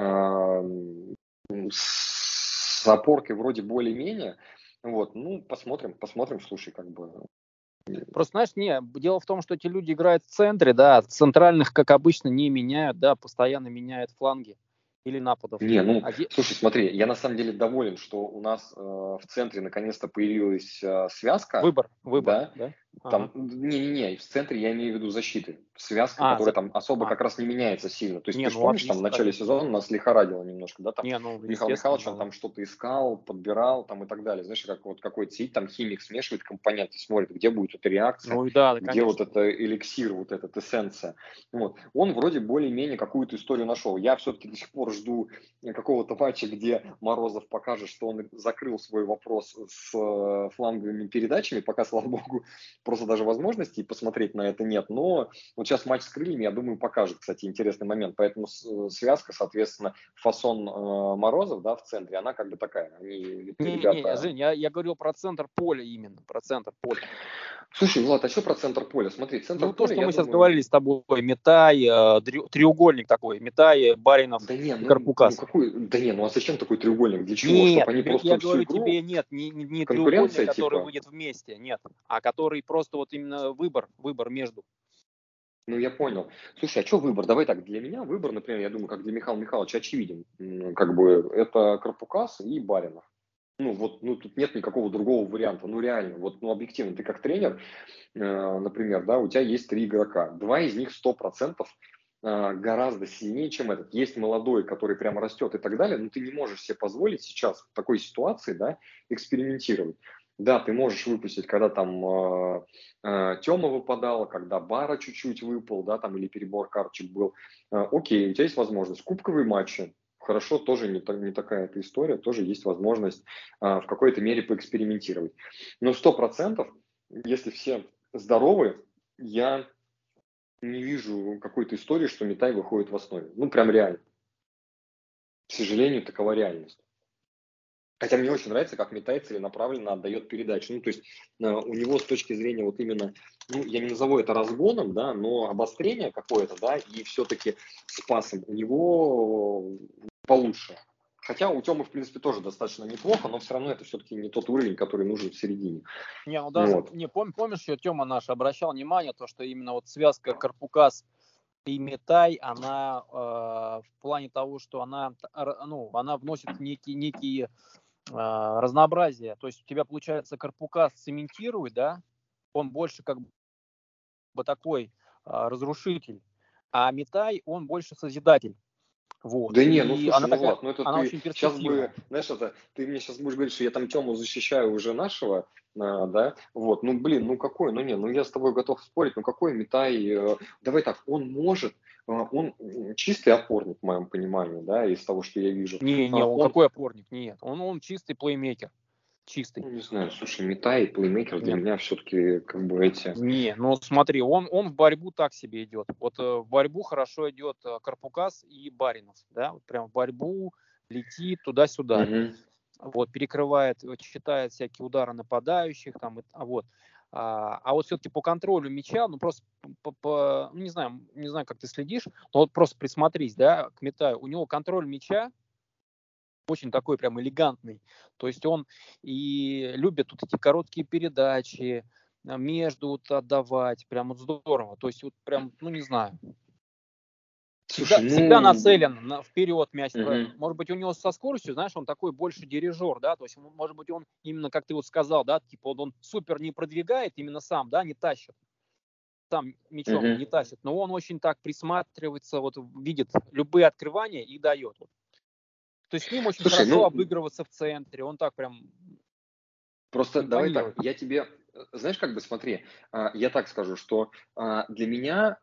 с опоркой вроде более-менее, вот, ну, посмотрим, слушай, как бы. Просто, знаешь, дело в том, что эти люди играют в центре, да, центральных, как обычно, не меняют, да, постоянно меняют фланги или нападов. Не, ну, А слушай, смотри, я на самом деле доволен, что у нас в центре наконец-то появилась связка, выбор, да, да? там, Ага. не-не-не, в центре я имею в виду защиты, связка, А, которая за... там особо а, как раз не меняется сильно. То есть не, ты же ну помнишь, там в отлично, начале отлично. сезона нас лихорадило немножко, да, там Не, ну, Михаил естественно, Михайлович, он да. там что-то искал, подбирал там и так далее. Знаешь, как вот какой-то сидит там химик, смешивает компоненты, смотрит, где будет эта реакция, Ну и да, где вот конечно. это эликсир, вот этот эссенция. Вот. Он вроде более-менее какую-то историю нашел. Я все-таки до сих пор жду какого-то матча, где Морозов покажет, что он закрыл свой вопрос с фланговыми передачами, пока, слава богу, просто даже возможностей посмотреть на это нет. Но вот сейчас матч с крыльями, я думаю, покажет, кстати, интересный момент. Поэтому связка, соответственно, фасон Морозов, да, в центре, она как бы такая. Они, Не, ребята. Жень, я говорил про центр поля именно, про центр поля. Слушай, Влад, а что про центр поля? Смотри, центр Ну, то, поля, что я мы сейчас думаю, говорили с тобой, Метай, треугольник такой, Метай, Баринов да не, и ну Карпукас. какой, да не, ну а зачем такой треугольник? Для чего? Нет, Чтобы они я просто всю говорю игру, тебе, нет, не треугольник, конкуренция который типа. выйдет вместе, нет, а который просто вот именно выбор между. Ну, я понял. Слушай, а что выбор? Давай так, для меня выбор, например, я думаю, как для Михаила Михайловича очевиден. Как бы это Карпукас и Баринов. Ну, вот, ну, тут нет никакого другого варианта. Ну, реально, вот, ну, объективно, ты как тренер, например, да, у тебя есть 3 игрока. 2 из них 100% гораздо сильнее, чем этот. Есть молодой, который прямо растет и так далее, но ты не можешь себе позволить сейчас в такой ситуации, да, экспериментировать. Да, ты можешь выпустить, когда там Тёма выпадал, когда Бара чуть-чуть выпал, да, там, или перебор карточек был. Окей, у тебя есть возможность. Кубковые матчи, хорошо, тоже не такая эта история, тоже есть возможность в какой-то мере поэкспериментировать. Но 100%, если все здоровы, я не вижу какой-то истории, что Митай выходит в основе. Ну, прям реально. К сожалению, такова реальность. Хотя мне очень нравится, как Митай целенаправленно отдает передачу. Ну, то есть у него с точки зрения вот именно, ну, я не назову это разгоном, да, но обострение какое-то, да, и все-таки с пасом у него получше. Хотя у Тёмы, в принципе, тоже достаточно неплохо, но все равно это все-таки не тот уровень, который нужен в середине. Не, ну даже, Вот. помнишь, еще Тёма наш обращал внимание, то, что именно вот связка Карпукас и Метай, она в плане того, что она, ну, она вносит некие разнообразие. То есть у тебя, получается, Карпукас цементирует, да, он больше как бы такой разрушитель, а Митай, он больше созидатель. Вот. Да не, ну И слушай, она ну такая, Влад, ну это она ты очень сейчас бы, перспективная. знаешь, это ты мне сейчас будешь говорить, что я там Тему защищаю уже нашего, да, вот, ну блин, ну какой, ну не, ну я с тобой готов спорить, ну какой Митай, давай так, он может, он чистый опорник в моем понимании, да, из того, что я вижу, Не, он он, какой опорник? Нет, он чистый плеймейкер. Чистый. ну не знаю, слушай, Митай и плеймейкер для Нет. меня все-таки как бы эти, Не, ну смотри, он в борьбу так себе идет. Вот в борьбу хорошо идет Карпукас и Баринов, да, вот прям в борьбу летит туда-сюда. Мгм. Вот, перекрывает, вот, считает всякие удары нападающих, там, вот. А вот все-таки по контролю мяча, ну просто, ну, не знаю, как ты следишь, но вот просто присмотрись, да, к Митаю. У него контроль мяча очень такой прям элегантный. То есть он и любит вот эти короткие передачи, между вот отдавать, прям вот здорово. То есть вот прям, ну не знаю, Слушай, всегда ну, нацелен вперед мяч. мгм. Может быть, у него со скоростью, знаешь, он такой больше дирижер, да, то есть, может быть, он именно, как ты вот сказал, да, типа он супер не продвигает именно сам, да, не тащит, сам мячом Мгм. не тащит, но он очень так присматривается, вот видит любые открывания и дает. Вот. То есть с ним очень Слушай, хорошо ну, обыгрываться в центре, он так прям просто давай так, импонирует. я тебе, знаешь, как бы смотри, я так скажу, что для меня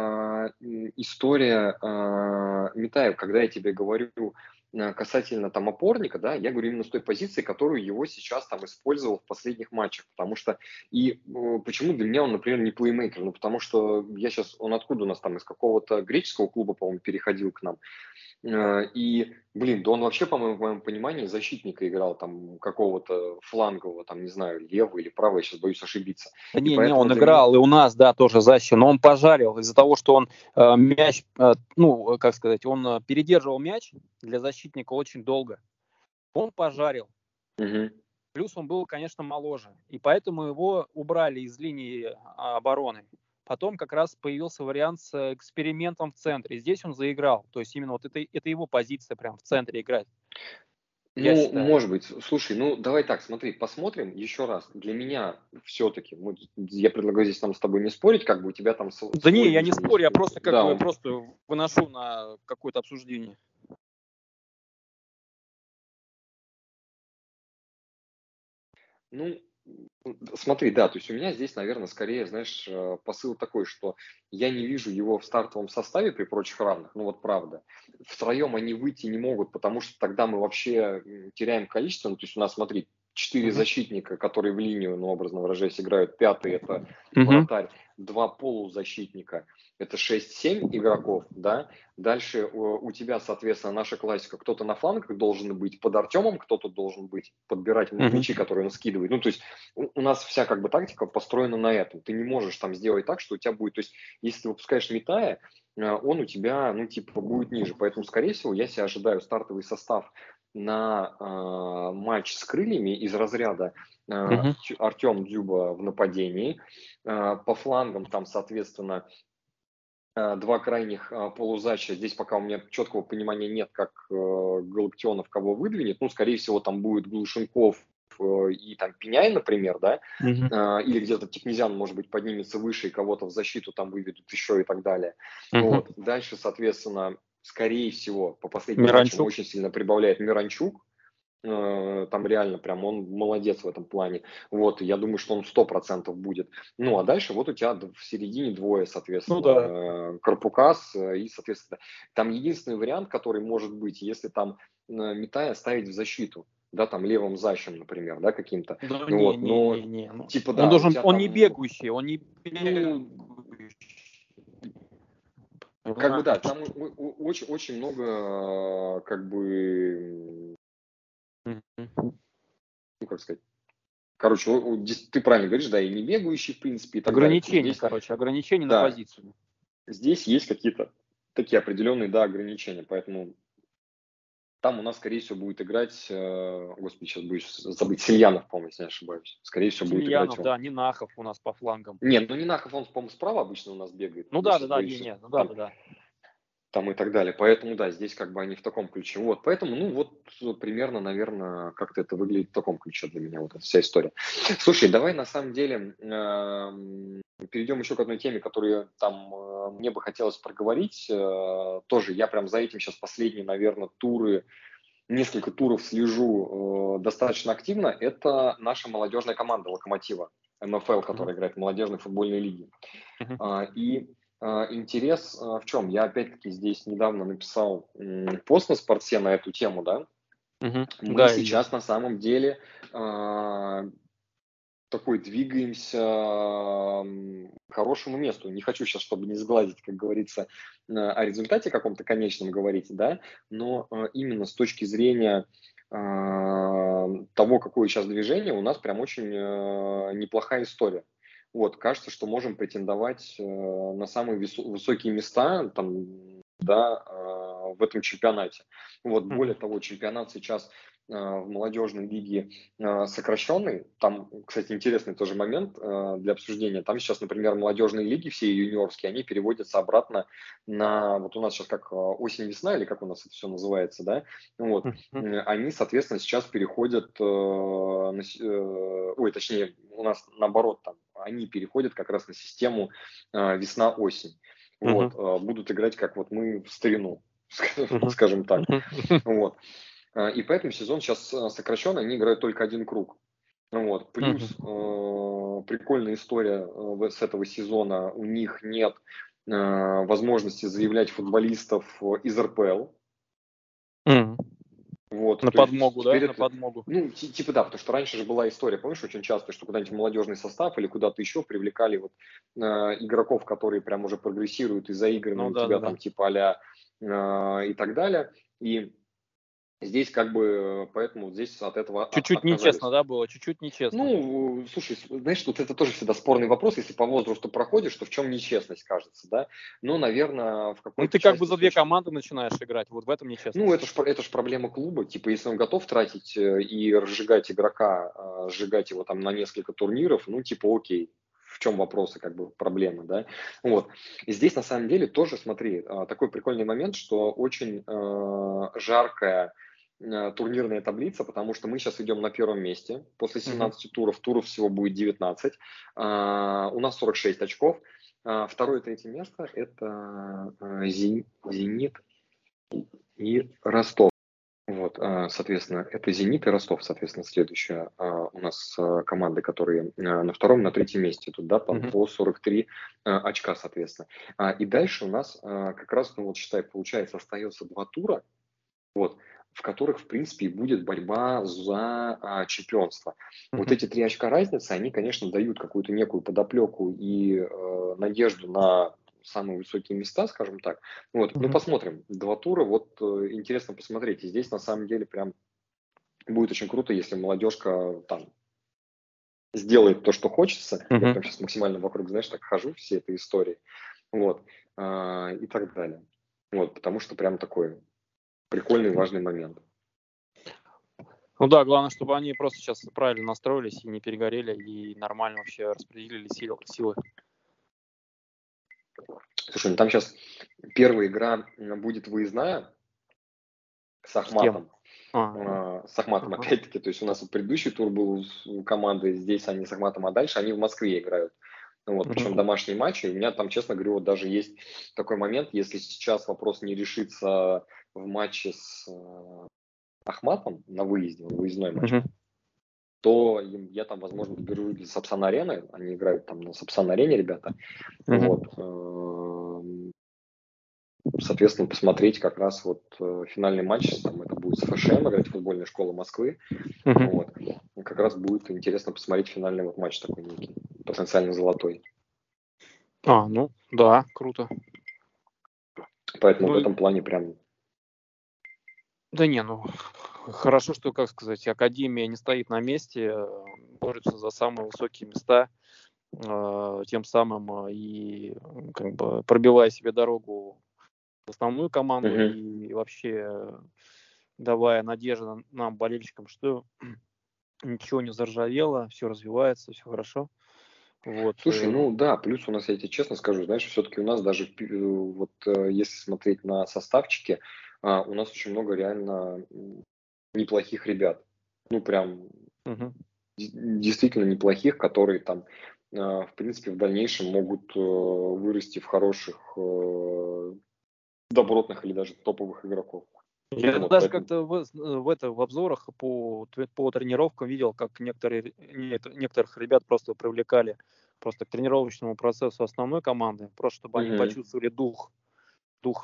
история Митаев, когда я тебе говорю касательно там опорника, да, я говорю именно с той позиции, которую его сейчас там использовал в последних матчах, потому что почему для меня он, например, не плеймейкер, ну потому что я сейчас, он откуда у нас там, из какого-то греческого клуба, по-моему, переходил к нам, и, блин, да он вообще, по-моему, в моем понимании, защитника играл, там, какого-то флангового, там, не знаю, левого или правого, я сейчас боюсь ошибиться. Да И не, поэтому он для меня... играл и у нас, да, тоже защиту, но он пожарил из-за того, что он мяч, ну, как сказать, он передерживал мяч для защитника очень долго. Он пожарил. Мгм. Плюс он был, конечно, моложе. И поэтому его убрали из линии обороны. Потом как раз появился вариант с экспериментом в центре. Здесь он заиграл. То есть именно вот это его позиция прям в центре играть, я Ну, считаю. может быть. Слушай, ну, давай так, смотри, посмотрим еще раз. Для меня все-таки, я предлагаю здесь нам с тобой не спорить, как бы у тебя там Да не, свой я не видение. спорю, я просто как Да, бы просто выношу на какое-то обсуждение. ну, смотри, да, то есть у меня здесь, наверное, скорее, знаешь, посыл такой, что я не вижу его в стартовом составе при прочих равных, ну вот правда. Втроем они выйти не могут, потому что тогда мы вообще теряем количество. Ну, то есть у нас, смотри, 4 Мгм. защитника, которые в линию, ну, образно выражаясь, играют. Пятый– это Мгм. вратарь, два полузащитника, это 6-7 игроков, да. Дальше у тебя, соответственно, наша классика, кто-то на флангах должен быть под Артемом, кто-то должен быть подбирать Мгм. мячи, которые он скидывает. Ну, то есть у нас вся как бы тактика построена на этом. Ты не можешь там сделать так, что у тебя будет, то есть если ты выпускаешь Митая, он у тебя, ну, типа, будет ниже. Поэтому, скорее всего, я себе ожидаю стартовый состав на матч с крыльями из разряда Мгм. Артем Дзюба в нападении. По флангам там, соответственно, два крайних полузащита. Здесь пока у меня четкого понимания нет, как Галактионов кого выдвинет. Ну, скорее всего, там будет Глушенков и там Пеняй, например, да, Мгм. или где-то Технезян, может быть, поднимется выше и кого-то в защиту там выведут еще и так далее. Мгм. Вот. Дальше, соответственно, скорее всего, по последним матчам Миранчук. очень сильно прибавляет Миранчук. Там реально прям он молодец в этом плане. Вот, я думаю, что он 100% будет. Ну, а дальше вот у тебя в середине двое, Ну да. соответственно, Карпукас и, соответственно, там единственный вариант, который может быть, если там Митая ставить в защиту, да, там левым защем, например, да, каким-то. Да Вот, но не. Ну, типа он да, у должен, тебя он не там, бегающий, он не ну, бегающий. как бы да, Понимаешь? там очень, очень много, как бы, Мгм. ну, как сказать, короче, ты правильно говоришь, да, и не бегающий, в принципе, и так далее. То есть Ограничения, здесь, короче, ограничения на да, позицию. здесь есть какие-то такие определенные, да, ограничения. Поэтому там у нас, скорее всего, будет играть, господи, сейчас боюсь забыть, Сильянов, по-моему, если не ошибаюсь. Скорее всего, будет играть Тимьянов, он. да, Нинахов у нас по флангам. Не, ну Нинахов, он, по-моему, справа обычно у нас бегает. Ну Я да, сейчас боюсь, ну да, там, да, да. там и так далее. Поэтому, да, здесь как бы они в таком ключе. Вот, поэтому, ну, вот примерно, наверное, как-то это выглядит в таком ключе для меня, вот эта вся история. Слушай, давай на самом деле перейдем еще к одной теме, которую там мне бы хотелось проговорить. Тоже я прям за этим сейчас последние, наверное, несколько туров слежу достаточно активно. Это наша молодежная команда «Локомотива», МФЛ, которая играет в молодежной футбольной лиге. И интерес в чем? Я опять-таки здесь недавно написал пост на Спортсе на эту тему, да? Мы Да, сейчас на самом деле такой двигаемся к хорошему месту. Не хочу сейчас, чтобы не сгладить, как говорится, о результате каком-то конечном говорить, да, но именно с точки зрения того, какое сейчас движение, у нас прям очень неплохая история. Вот, кажется, что можем претендовать на самые высокие места там, да, в этом чемпионате. Вот, более того, чемпионат сейчас в молодежной лиге сокращенный. Там, кстати, интересный тоже момент для обсуждения. Там сейчас, например, молодежные лиги, все юниорские, они переводятся обратно на, вот у нас сейчас как осень-весна, или как у нас это все называется, да, вот, они, соответственно, сейчас переходят, точнее, у нас наоборот, там, они переходят как раз на систему весна-осень. Вот, будут играть, как вот мы в старину, скажем так. Вот. И поэтому сезон сейчас сокращен, они играют только один круг. Вот. Плюс прикольная история с этого сезона, у них нет возможности заявлять футболистов из РПЛ. Вот, на подмогу, да? Это, на подмогу. Ну, типа да, потому что раньше же была история, помнишь, очень часто, что куда-нибудь в молодежный состав или куда-то еще привлекали вот игроков, которые прям уже прогрессируют и заиграны у тебя там типа а-ля и так далее. И здесь как бы, поэтому здесь от этого чуть-чуть отказались. нечестно, да, было? Чуть-чуть нечестно. Ну, слушай, знаешь, вот это тоже всегда спорный вопрос, если по возрасту проходишь, то в чем нечестность, кажется, да? Но, наверное, в какой-то ты как бы за две команды начинаешь играть, вот в этом нечестность. Ну, это ж проблема клуба, типа, если он готов тратить и разжигать игрока, сжигать его там на несколько турниров, ну, типа, окей. В чем вопросы, как бы, проблемы, да? Вот. И здесь, на самом деле, тоже, смотри, такой прикольный момент, что очень жаркая турнирная таблица, потому что мы сейчас идем на первом месте. После 17 туров всего будет 19. У нас 46 очков. Второе и третье место – это «Зенит» и «Ростов». Вот, соответственно, это «Зенит» и «Ростов», соответственно, следующая у нас команды, которые на втором, на третьем месте тут, да, там по 43 очка, соответственно. И дальше у нас как раз, ну вот считай, получается, остается 2 тура, вот, в которых, в принципе, и будет борьба за чемпионство. Вот эти 3 очка разницы, они, конечно, дают какую-то некую подоплеку и надежду на самые высокие места, скажем так. Вот, ну посмотрим. 2 тура, вот интересно посмотреть. И здесь, на самом деле, прям будет очень круто, если молодежка там сделает то, что хочется. Я прям сейчас максимально вокруг, знаешь, так хожу, все этой истории. Вот, и так далее. Вот, потому что прям такой прикольный, важный момент. Ну да, главное, чтобы они просто сейчас правильно настроились и не перегорели, и нормально вообще распределили силы. Слушай, ну там сейчас первая игра будет выездная с Ахматом. С Ахматом опять-таки. То есть у нас предыдущий тур был у команды, здесь они с Ахматом, а дальше они в Москве играют. Вот, причем домашние матчи. У меня там, честно говорю, вот даже есть такой момент, если сейчас вопрос не решится в матче с Ахматом на выезде, выездной матч, то я там, возможно, доберу из Сапсан-арены, они играют там на Сапсан-арене, ребята, вот, соответственно, посмотреть как раз вот финальный матч, там это будет с ФШМ играть, футбольная школа Москвы, вот, и как раз будет интересно посмотреть финальный вот матч такой некий, потенциально золотой. Ну, да, круто. Поэтому в этом плане прям... Да не, ну, хорошо, что, как сказать, Академия не стоит на месте, борется за самые высокие места, тем самым и как бы пробивая себе дорогу в основную команду и вообще давая надежду нам, болельщикам, что ничего не заржавело, все развивается, все хорошо. Вот. Слушай, ну да, плюс у нас, я тебе честно скажу, знаешь, все-таки у нас даже, вот если смотреть на составчики, у нас очень много реально неплохих ребят. Ну, прям действительно неплохих, которые там в принципе, в дальнейшем могут вырасти в хороших, добротных или даже топовых игроков. Я Вот, даже поэтому... как-то в обзорах по тренировкам видел, как некоторых ребят просто привлекали просто к тренировочному процессу основной команды, просто чтобы они Мгм. почувствовали дух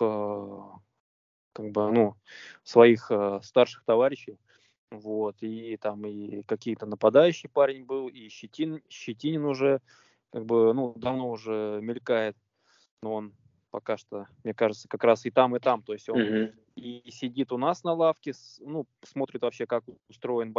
как бы, ну, своих старших товарищей. Вот, и там и какие-то нападающий парень был, и Щетинин уже, как бы, ну, давно уже мелькает, но он пока что, мне кажется, как раз и там, и там. То есть он Мгм. и сидит у нас на лавке, ну, смотрит вообще, как устроен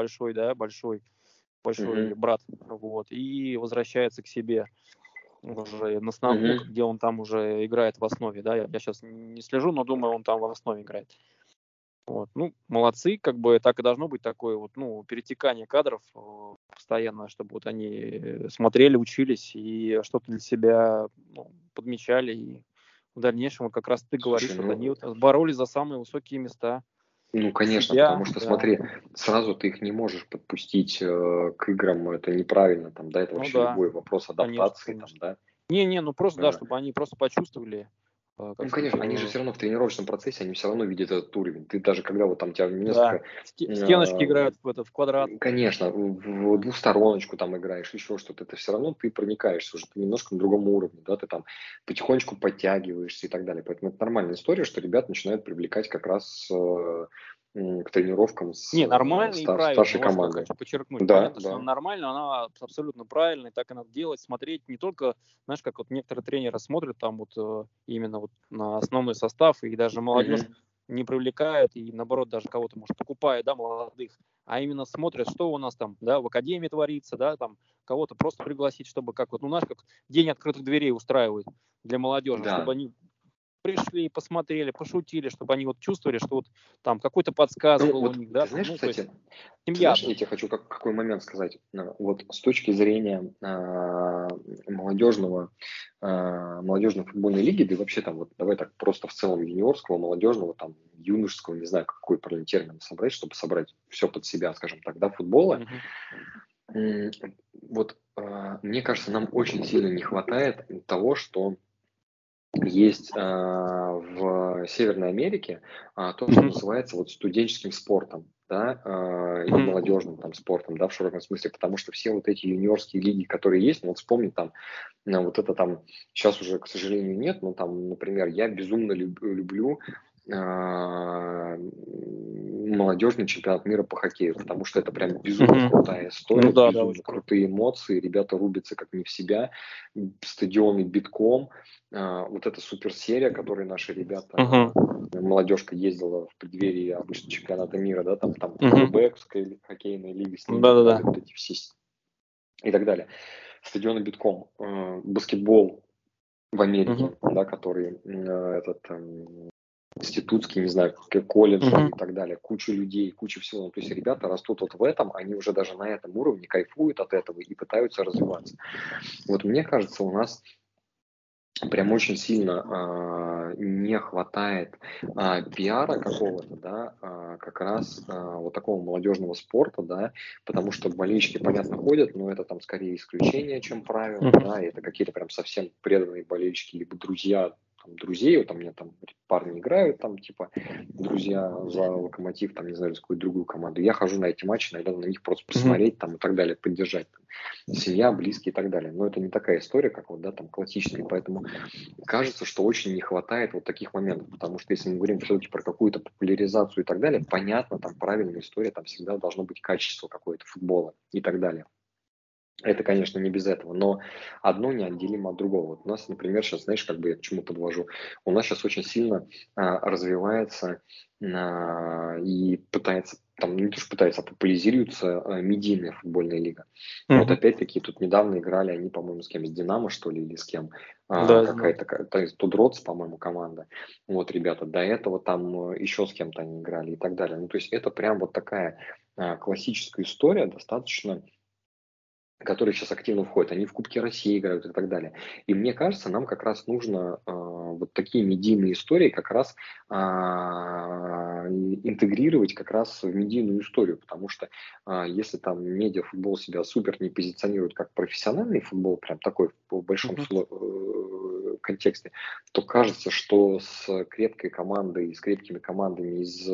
большой Мгм. брат, вот, и возвращается к себе уже ну, Мгм. где он там уже играет в основе, да, я сейчас не слежу, но думаю, он там в основе играет. Вот, ну, молодцы, как бы так и должно быть такое вот, ну, перетекание кадров постоянно, чтобы вот они смотрели, учились и что-то для себя, ну, подмечали, и в дальнейшем, вот как раз ты Слушай, говоришь, вот они вот боролись за самые высокие места конечно, себя, потому что, да, смотри, сразу ты их не можешь подпустить к играм, это неправильно, там, да, это ну вообще да, любой вопрос конечно, адаптации, там, конечно. да. Не, ну просто, да, А, чтобы они просто почувствовали, как Ну, сказать, конечно, они же все равно в тренировочном процессе, они все равно видят этот уровень. Ты даже когда вот там тебя да, несколько, стеночки а, играют в квадрат. конечно, в двустороночку там играешь, еще что-то, это все равно ты проникаешься уже, ты немножко на другом уровне, да, ты там потихонечку подтягиваешься и так далее. Поэтому это нормальная история, что ребят начинают привлекать как раз к тренировкам с Не, нормально и правильно. старшей Вот что командой. хочу подчеркнуть. Да, Понятно, что она да. нормально, она абсолютно правильная, так и надо делать, смотреть не только, знаешь, как вот некоторые тренеры смотрят там вот именно вот на основной состав, и даже молодежь Мгм. не привлекают, и наоборот даже кого-то, может, покупают, да, молодых, а именно смотрят, что у нас там, да, в академии творится, да, там кого-то просто пригласить, чтобы как вот, ну, знаешь, как день открытых дверей устраивают для молодежи, чтобы Да. они пришли, посмотрели, пошутили, чтобы они вот чувствовали, что вот там какой-то Ну, подсказ был у вот них, ты да, там, знаешь, ну, то есть кстати, ты семья знаешь, я одна. тебе хочу какой момент сказать. Вот с точки зрения молодежного, молодежной футбольной лиги, да и вообще там, вот давай так просто в целом юниорского, молодежного, там, юношеского, не знаю, какой правильный термин собрать, чтобы собрать все под себя, скажем так, да, футбола. Мгм. М, Вот мне кажется, нам очень сильно не хватает того, что есть в Северной Америке то, что Мгм. называется вот студенческим спортом, да, или Мгм. молодежным там спортом, да, в широком смысле, потому что все вот эти юниорские лиги, которые есть, ну вот вспомни там, вот это там, сейчас уже, к сожалению, нет, но там, например, я безумно люблю молодежный чемпионат мира по хоккею, потому что это прям безумно Мгм. крутая Ну история, да, да, безумно очень круто. крутые эмоции, ребята рубятся как не в себя, стадионы битком, вот эта суперсерия, которой наши ребята, Мгм. молодежка ездила в преддверии обычно чемпионата мира, да, там Мгм. КВБ, хоккейная лига с ними Да-да-да. играли, вот эти все и так далее. Стадионы битком, баскетбол в Мгм. Америке, да, который этот институтский, не знаю, колледжи Мгм. и так далее, куча людей, куча всего. Ну, то есть ребята растут вот в этом, они уже даже на этом уровне кайфуют от этого и пытаются развиваться. Вот мне кажется, у нас прям очень сильно не хватает пиара какого-то, да, как раз вот такого молодежного спорта, да, потому что болельщики, понятно, ходят, но это там скорее исключение, чем правило, Мгм. да, и это какие-то прям совсем преданные болельщики, либо друзья там, друзей, вот там мне там парни играют, там, типа, друзья за Локомотив, там, не знаю, за какую-то другую команду. Я хожу на эти матчи, иногда на них просто Мгм. посмотреть, там, и так далее, поддержать, там, семья, близкие и так далее. Но это не такая история, как вот, да, там, классическая, поэтому кажется, что очень не хватает вот таких моментов, потому что если мы говорим все-таки про какую-то популяризацию и так далее, понятно, там правильная история, там всегда должно быть качество какое-то футбола и так далее. Это, конечно, не без этого, но одно неотделимо от другого. Вот у нас, например, сейчас, знаешь, как бы я к чему подвожу, у нас сейчас очень сильно развивается и пытается, там, не то, что пытается, а популяризируется медийная футбольная лига. Вот Мгм. опять-таки тут недавно играли они, по-моему, с кем, с Динамо, что ли, или с кем, Да, я знаю. то есть Тудроц, по-моему, команда. Вот, ребята, до этого там еще с кем-то они играли и так далее. Ну, то есть это прям вот такая классическая история, достаточно которые сейчас активно входят, они в Кубке России играют и так далее. И мне кажется, нам как раз нужно вот такие медийные истории как раз интегрировать как раз в медийную историю, потому что если там медиафутбол себя супер не позиционирует как профессиональный футбол, прям такой в большом контексте, то кажется, что с крепкой командой, с крепкими командами из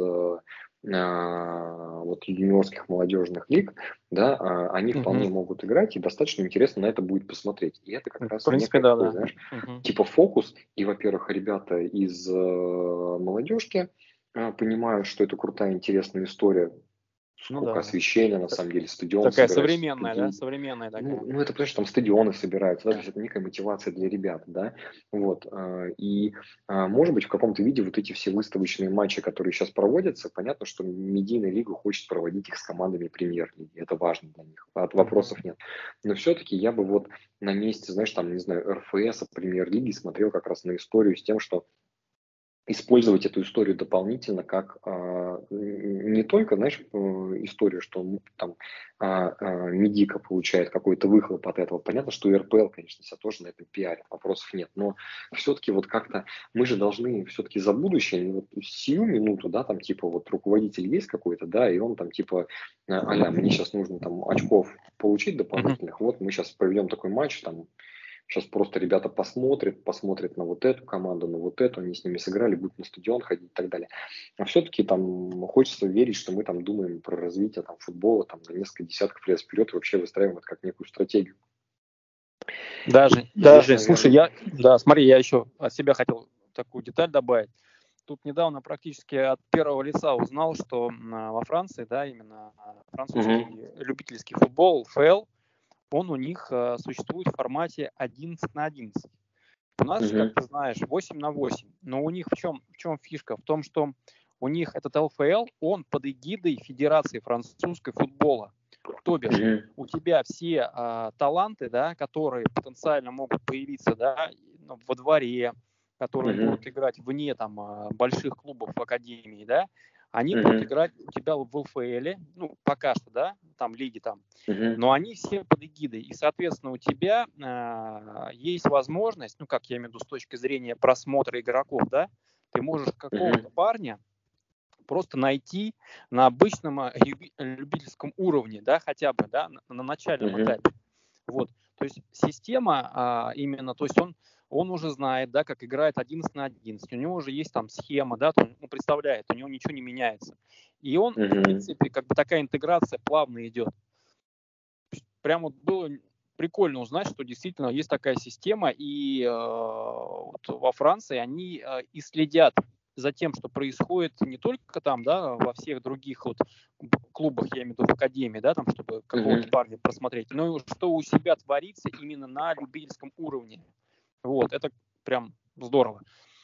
вот юниорских молодежных лиг, да, они вполне могут играть, и достаточно интересно на это будет посмотреть. И это как В раз принципе, некий да, такой, да. знаешь, типа фокус. И, во-первых, ребята из молодежки понимают, что это крутая, интересная история. Ну Сколько да, да. освещения, на самом деле, стадион Такая собирается современная, да? людей. Современная такая. Ну, это, понимаешь, там стадионы собираются, да, то есть это некая мотивация для ребят, да, вот, и, может быть, в каком-то виде вот эти все выставочные матчи, которые сейчас проводятся, понятно, что медийная лига хочет проводить их с командами премьер-лиги, это важно для них, вопросов нет, но все-таки я бы вот на месте, знаешь, там, не знаю, РФС, премьер-лиги смотрел как раз на историю с тем, что использовать эту историю дополнительно как не только, знаешь, историю, что там Медика получает какой-то выхлоп от этого. Понятно, что и РПЛ, конечно, себя тоже на этом пиарит, вопросов нет. Но все-таки вот как-то мы же должны все-таки за будущее, не вот сию минуту, да, там типа вот руководитель есть какой-то, да, и он там типа а-ля, мне сейчас нужно там очков получить дополнительных, вот мы сейчас проведем такой матч, там, сейчас просто ребята посмотрят на вот эту команду, на вот эту, они с ними сыграли, будут на стадион ходить и так далее. А все-таки там хочется верить, что мы там думаем про развитие там, футбола там, на несколько десятков лет вперед и вообще выстраиваем это как некую стратегию. Даже, Здесь, слушай, смотри, я еще от себя хотел такую деталь добавить. Тут недавно практически от первого лица узнал, что во Франции, да, именно французский любительский футбол, ФЛ, он у них существует в формате 11 на 11. У нас же, как ты знаешь, 8 на 8. Но у них в чем фишка? В том, что у них этот ЛФЛ, он под эгидой Федерации французской футбола. То бишь, у тебя все таланты, да, которые потенциально могут появиться, да, во дворе, которые будут играть вне там больших клубов в академии, да, они будут играть у тебя в ЛФЛ, ну, пока что, да, там лиги там, но они все под эгидой, и, соответственно, у тебя есть возможность, ну, как я имею в виду с точки зрения просмотра игроков, да, ты можешь какого-то парня просто найти на обычном любительском уровне, да, хотя бы, да, на начальном этапе. Вот, то есть система именно, то есть он уже знает, да, как играет 11 на 11, у него уже есть там схема, да, он представляет, у него ничего не меняется. И он, в принципе, как бы такая интеграция плавно идет. Прям вот было прикольно узнать, что действительно есть такая система, и вот во Франции они и следят за тем, что происходит не только там, да, во всех других вот клубах, я имею в виду в академии, да, там, чтобы какого-то парня просмотреть, но и что у себя творится именно на любительском уровне. Вот, это прям здорово.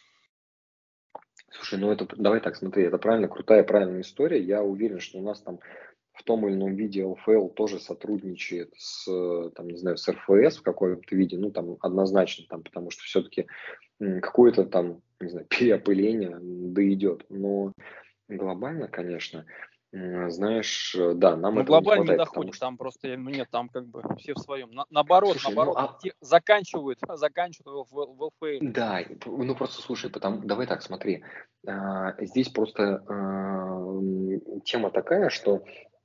Слушай, ну это, давай так, смотри, это правильно, правильная история. Я уверен, что у нас там в том или ином виде ЛФЛ тоже сотрудничает с, там, не знаю, с РФС в каком-то виде, ну, там, однозначно, там, потому что все-таки какое-то там, не знаю, переопыление да идет. Но глобально, конечно, знаешь, да, нам Ну, этого не глобально не хватает, потому доходит, что... там просто, ну нет, там как бы все в своем. Наоборот, Слушай, ну, заканчивают в ЛФЛ. да, ну просто слушай, давай так, смотри, здесь просто тема такая, что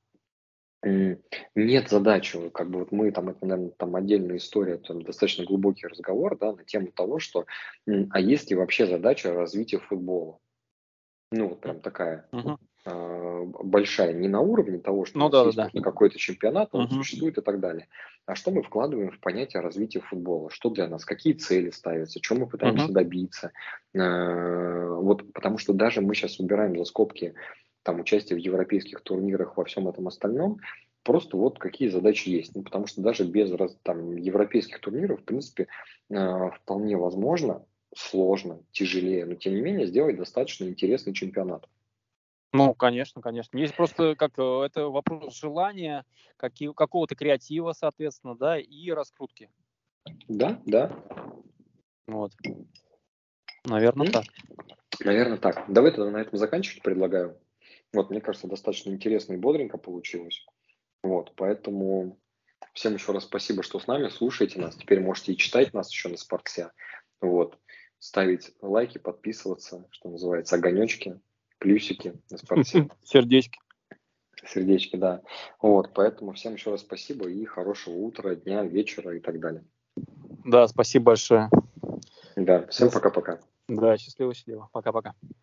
нет задачи, как бы вот мы там, это, наверное, там отдельная история, там достаточно глубокий разговор, да, на тему того, что, а есть ли вообще задача развития футбола? Ну, вот прям такая большая, не на уровне того, что у Ну нас да, да, есть да. просто какой-то чемпионат, он существует и так далее. А что мы вкладываем в понятие развития футбола? Что для нас? Какие цели ставятся? Чего мы пытаемся добиться? Вот потому что даже мы сейчас убираем за скобки там участие в европейских турнирах, во всем этом остальном, просто вот какие задачи есть. Ну, потому что даже без там, европейских турниров, в принципе, вполне возможно, сложно, тяжелее, но тем не менее сделать достаточно интересный чемпионат. Ну, конечно, конечно. Есть просто как это вопрос желания, какого-то креатива, соответственно, да, и раскрутки. Да, да. Вот. Наверное, так. Наверное, так. Давай тогда на этом заканчивать предлагаю. Вот, мне кажется, достаточно интересно и бодренько получилось. Вот, поэтому Всем еще раз спасибо, что с нами, слушаете нас. Теперь можете и читать нас еще на Спарксе. Вот. Ставить лайки, подписываться, что называется, огонечки, плюсики на Спарксе. Сердечки. Сердечки, да. Вот, поэтому всем еще раз спасибо и хорошего утра, дня, вечера и так далее. Да, спасибо большое. Да, всем пока-пока. Да, счастливо. Пока-пока.